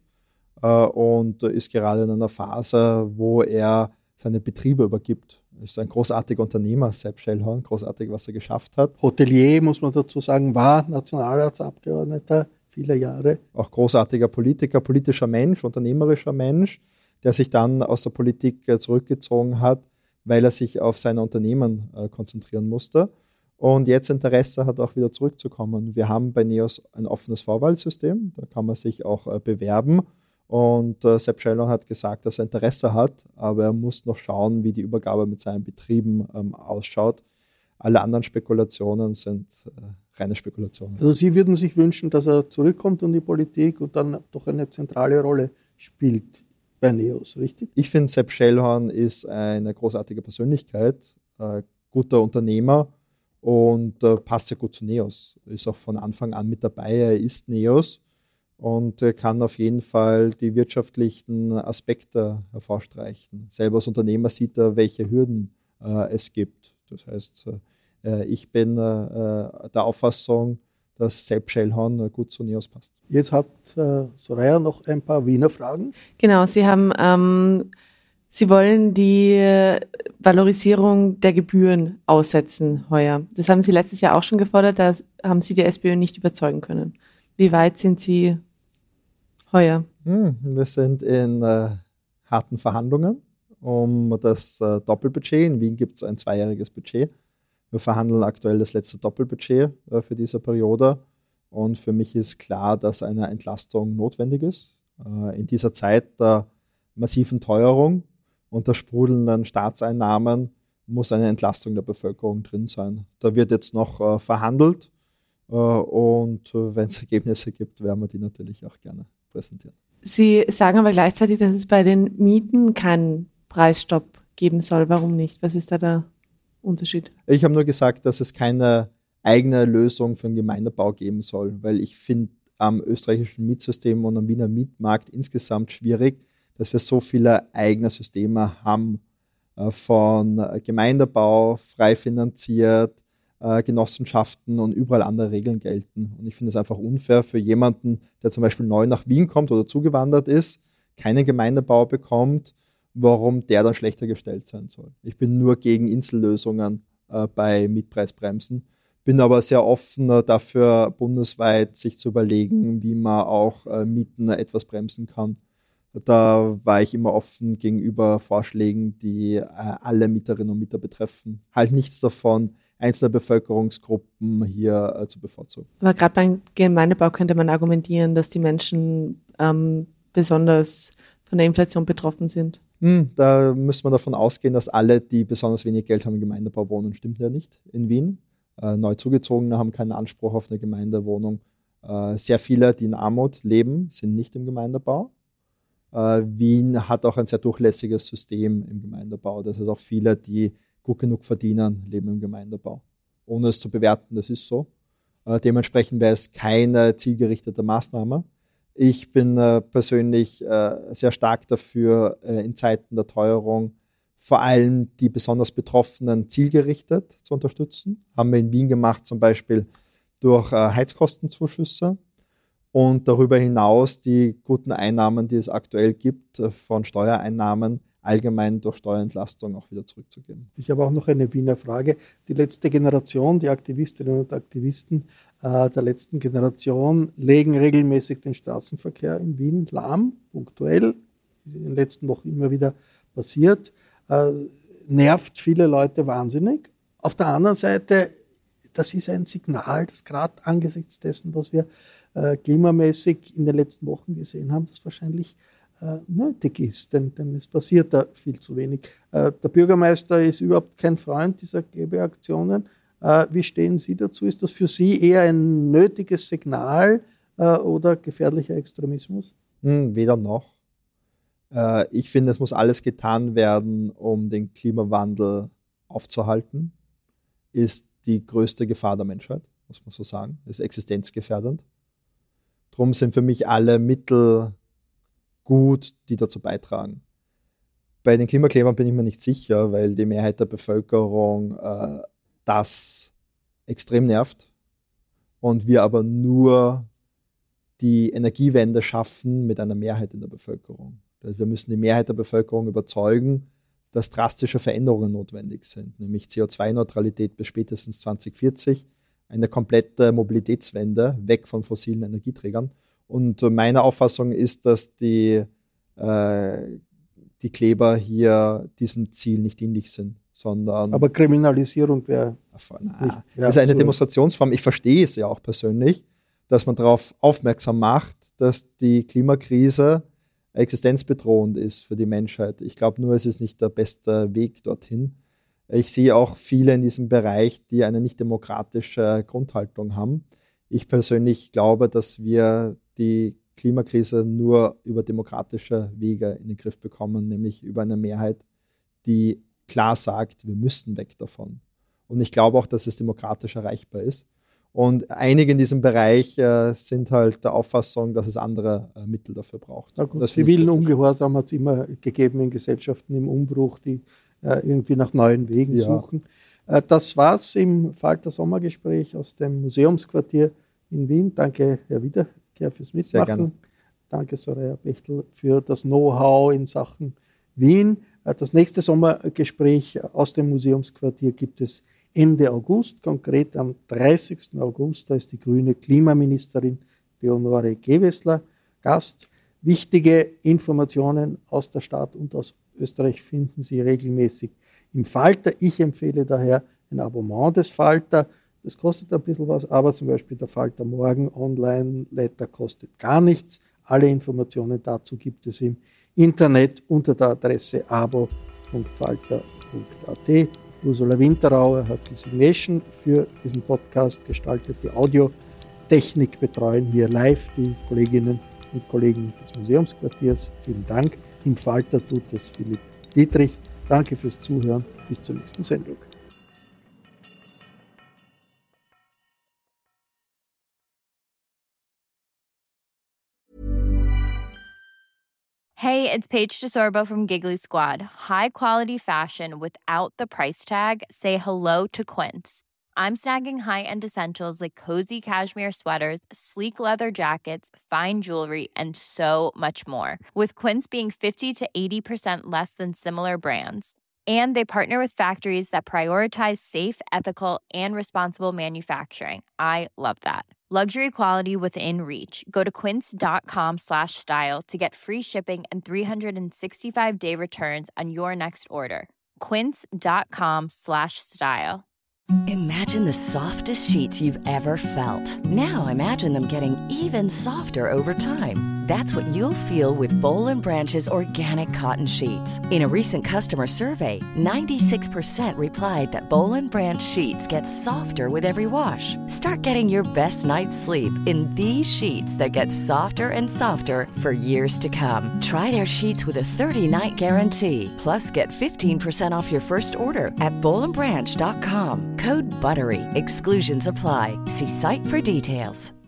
Und ist gerade in einer Phase, wo er seine Betriebe übergibt. Er ist ein großartiger Unternehmer, Sepp Schellhorn, großartig, was er geschafft hat. Hotelier, muss man dazu sagen, war Nationalratsabgeordneter viele Jahre. Auch großartiger Politiker, politischer Mensch, unternehmerischer Mensch, der sich dann aus der Politik zurückgezogen hat, weil er sich auf seine Unternehmen konzentrieren musste. Und jetzt Interesse hat, auch wieder zurückzukommen. Wir haben bei NEOS ein offenes Vorwahlsystem, da kann man sich auch bewerben. Und äh, Sepp Schellhorn hat gesagt, dass er Interesse hat, aber er muss noch schauen, wie die Übergabe mit seinen Betrieben ähm, ausschaut. Alle anderen Spekulationen sind äh, reine Spekulationen. Also Sie würden sich wünschen, dass er zurückkommt in die Politik und dann doch eine zentrale Rolle spielt bei NEOS, richtig? Ich finde, Sepp Schellhorn ist eine großartige Persönlichkeit, äh, guter Unternehmer und äh, passt sehr gut zu NEOS. Ist auch von Anfang an mit dabei, er ist NEOS. Und kann auf jeden Fall die wirtschaftlichen Aspekte hervorstreichen. Selber als Unternehmer sieht er, welche Hürden äh, es gibt. Das heißt, äh, ich bin äh, der Auffassung, dass Sepp Schellhorn gut zu NEOS passt. Jetzt hat äh, Soraya noch ein paar Wiener Fragen. Genau, Sie haben ähm, Sie wollen die Valorisierung der Gebühren aussetzen heuer. Das haben Sie letztes Jahr auch schon gefordert, da haben Sie die SPÖ nicht überzeugen können. Wie weit sind Sie heuer? Hm, wir sind in äh, harten Verhandlungen um das äh, Doppelbudget. In Wien gibt es ein zweijähriges Budget. Wir verhandeln aktuell das letzte Doppelbudget äh, für diese Periode. Und für mich ist klar, dass eine Entlastung notwendig ist. Äh, in dieser Zeit der massiven Teuerung und der sprudelnden Staatseinnahmen muss eine Entlastung der Bevölkerung drin sein. Da wird jetzt noch äh, verhandelt äh, und äh, wenn es Ergebnisse gibt, werden wir die natürlich auch gerne präsentieren. Sie sagen aber gleichzeitig, dass es bei den Mieten keinen Preisstopp geben soll. Warum nicht? Was ist da der Unterschied? Ich habe nur gesagt, dass es keine eigene Lösung für den Gemeindebau geben soll, weil ich finde am österreichischen Mietsystem und am Wiener Mietmarkt insgesamt schwierig, dass wir so viele eigene Systeme haben, äh, von Gemeindebau, frei finanziert, äh, Genossenschaften und überall andere Regeln gelten. Und ich finde es einfach unfair für jemanden, der zum Beispiel neu nach Wien kommt oder zugewandert ist, keinen Gemeindebau bekommt, warum der dann schlechter gestellt sein soll. Ich bin nur gegen Insellösungen äh, bei Mietpreisbremsen, bin aber sehr offen äh, dafür, bundesweit sich zu überlegen, wie man auch äh, Mieten etwas bremsen kann. Da war ich immer offen gegenüber Vorschlägen, die äh, alle Mieterinnen und Mieter betreffen. Halt nichts davon, einzelne Bevölkerungsgruppen hier äh, zu bevorzugen. Aber gerade beim Gemeindebau könnte man argumentieren, dass die Menschen ähm, besonders von der Inflation betroffen sind. Hm, da müsste man davon ausgehen, dass alle, die besonders wenig Geld haben, im Gemeindebau wohnen. Stimmt ja nicht in Wien. Äh, neu Zugezogene haben keinen Anspruch auf eine Gemeindewohnung. Äh, sehr viele, die in Armut leben, sind nicht im Gemeindebau. Uh, Wien hat auch ein sehr durchlässiges System im Gemeindebau. Das heißt, auch viele, die gut genug verdienen, leben im Gemeindebau. Ohne es zu bewerten, das ist so. Uh, dementsprechend wäre es keine zielgerichtete Maßnahme. Ich bin uh, persönlich uh, sehr stark dafür, uh, in Zeiten der Teuerung vor allem die besonders Betroffenen zielgerichtet zu unterstützen. Haben wir in Wien gemacht, zum Beispiel durch uh, Heizkostenzuschüsse. Und darüber hinaus die guten Einnahmen, die es aktuell gibt, von Steuereinnahmen, allgemein durch Steuerentlastung auch wieder zurückzugeben. Ich habe auch noch eine Wiener Frage. Die letzte Generation, die Aktivistinnen und Aktivisten äh, der letzten Generation, legen regelmäßig den Straßenverkehr in Wien lahm, punktuell, ist in den letzten Wochen immer wieder passiert, äh, nervt viele Leute wahnsinnig. Auf der anderen Seite, das ist ein Signal, das gerade angesichts dessen, was wir Äh, klimamäßig in den letzten Wochen gesehen haben, das wahrscheinlich äh, nötig ist, denn, denn es passiert da viel zu wenig. Äh, der Bürgermeister ist überhaupt kein Freund dieser Klebeaktionen. Äh, wie stehen Sie dazu? Ist das für Sie eher ein nötiges Signal äh, oder gefährlicher Extremismus? Hm, weder noch. Äh, ich finde, es muss alles getan werden, um den Klimawandel aufzuhalten. Ist die größte Gefahr der Menschheit, muss man so sagen. Ist existenzgefährdend. Drum sind für mich alle Mittel gut, die dazu beitragen. Bei den Klimaklebern bin ich mir nicht sicher, weil die Mehrheit der Bevölkerung äh, das extrem nervt und wir aber nur die Energiewende schaffen mit einer Mehrheit in der Bevölkerung. Also wir müssen die Mehrheit der Bevölkerung überzeugen, dass drastische Veränderungen notwendig sind, nämlich C O zwei Neutralität bis spätestens zwanzig vierzig, eine komplette Mobilitätswende weg von fossilen Energieträgern. Und meine Auffassung ist, dass die, äh, die Kleber hier diesem Ziel nicht dienlich sind, sondern... Aber Kriminalisierung wäre nicht... Das ist eine Demonstrationsform. Ich verstehe es ja auch persönlich, dass man darauf aufmerksam macht, dass die Klimakrise existenzbedrohend ist für die Menschheit. Ich glaube nur, es ist nicht der beste Weg dorthin. Ich sehe auch viele in diesem Bereich, die eine nicht demokratische Grundhaltung haben. Ich persönlich glaube, dass wir die Klimakrise nur über demokratische Wege in den Griff bekommen, nämlich über eine Mehrheit, die klar sagt, wir müssen weg davon. Und ich glaube auch, dass es demokratisch erreichbar ist. Und einige in diesem Bereich äh, sind halt der Auffassung, dass es andere äh, Mittel dafür braucht. Zivilen Ungehorsam hat es immer gegeben in Gesellschaften im Umbruch, die äh, irgendwie nach neuen Wegen ja. suchen. Äh, das war's im Falter Sommergespräch aus dem Museumsquartier in Wien. Danke, Herr Wiederkehr, fürs Mitmachen. Danke, Soraya Bechtel, für das Know-how in Sachen Wien. Das nächste Sommergespräch aus dem Museumsquartier gibt es Ende August, konkret am dreißigsten August. Da ist die grüne Klimaministerin Leonore Gewessler Gast. Wichtige Informationen aus der Stadt und aus Österreich finden Sie regelmäßig im Falter. Ich empfehle daher ein Abonnement des Falter. Das kostet ein bisschen was, aber zum Beispiel der Falter Morgen Online-Letter kostet gar nichts. Alle Informationen dazu gibt es im Internet unter der Adresse abo punkt falter punkt a t. Ursula Winterauer hat die Signation für diesen Podcast gestaltet. Die Audiotechnik betreuen hier live die Kolleginnen und Kollegen des Museumsquartiers. Vielen Dank. Im Falter tut es Philipp Dietrich. Danke fürs Zuhören. Bis zur nächsten Sendung. Hey, it's Paige DeSorbo from Giggly Squad. High quality fashion without the price tag. Say hello to Quince. I'm snagging high-end essentials like cozy cashmere sweaters, sleek leather jackets, fine jewelry, and so much more. With Quince being fifty to eighty percent less than similar brands. And they partner with factories that prioritize safe, ethical, and responsible manufacturing. I love that. Luxury quality within reach. Go to quince.com slash style to get free shipping and three sixty-five day returns on your next order. Quince.com slash style. Imagine the softest sheets you've ever felt. Now imagine them getting even softer over time. That's what you'll feel with Boll and Branch's organic cotton sheets. In a recent customer survey, ninety-six percent replied that Boll and Branch sheets get softer with every wash. Start getting your best night's sleep in these sheets that get softer and softer for years to come. Try their sheets with a thirty-night guarantee. Plus, get fifteen percent off your first order at boll and branch dot com. Code BUTTERY. Exclusions apply. See site for details.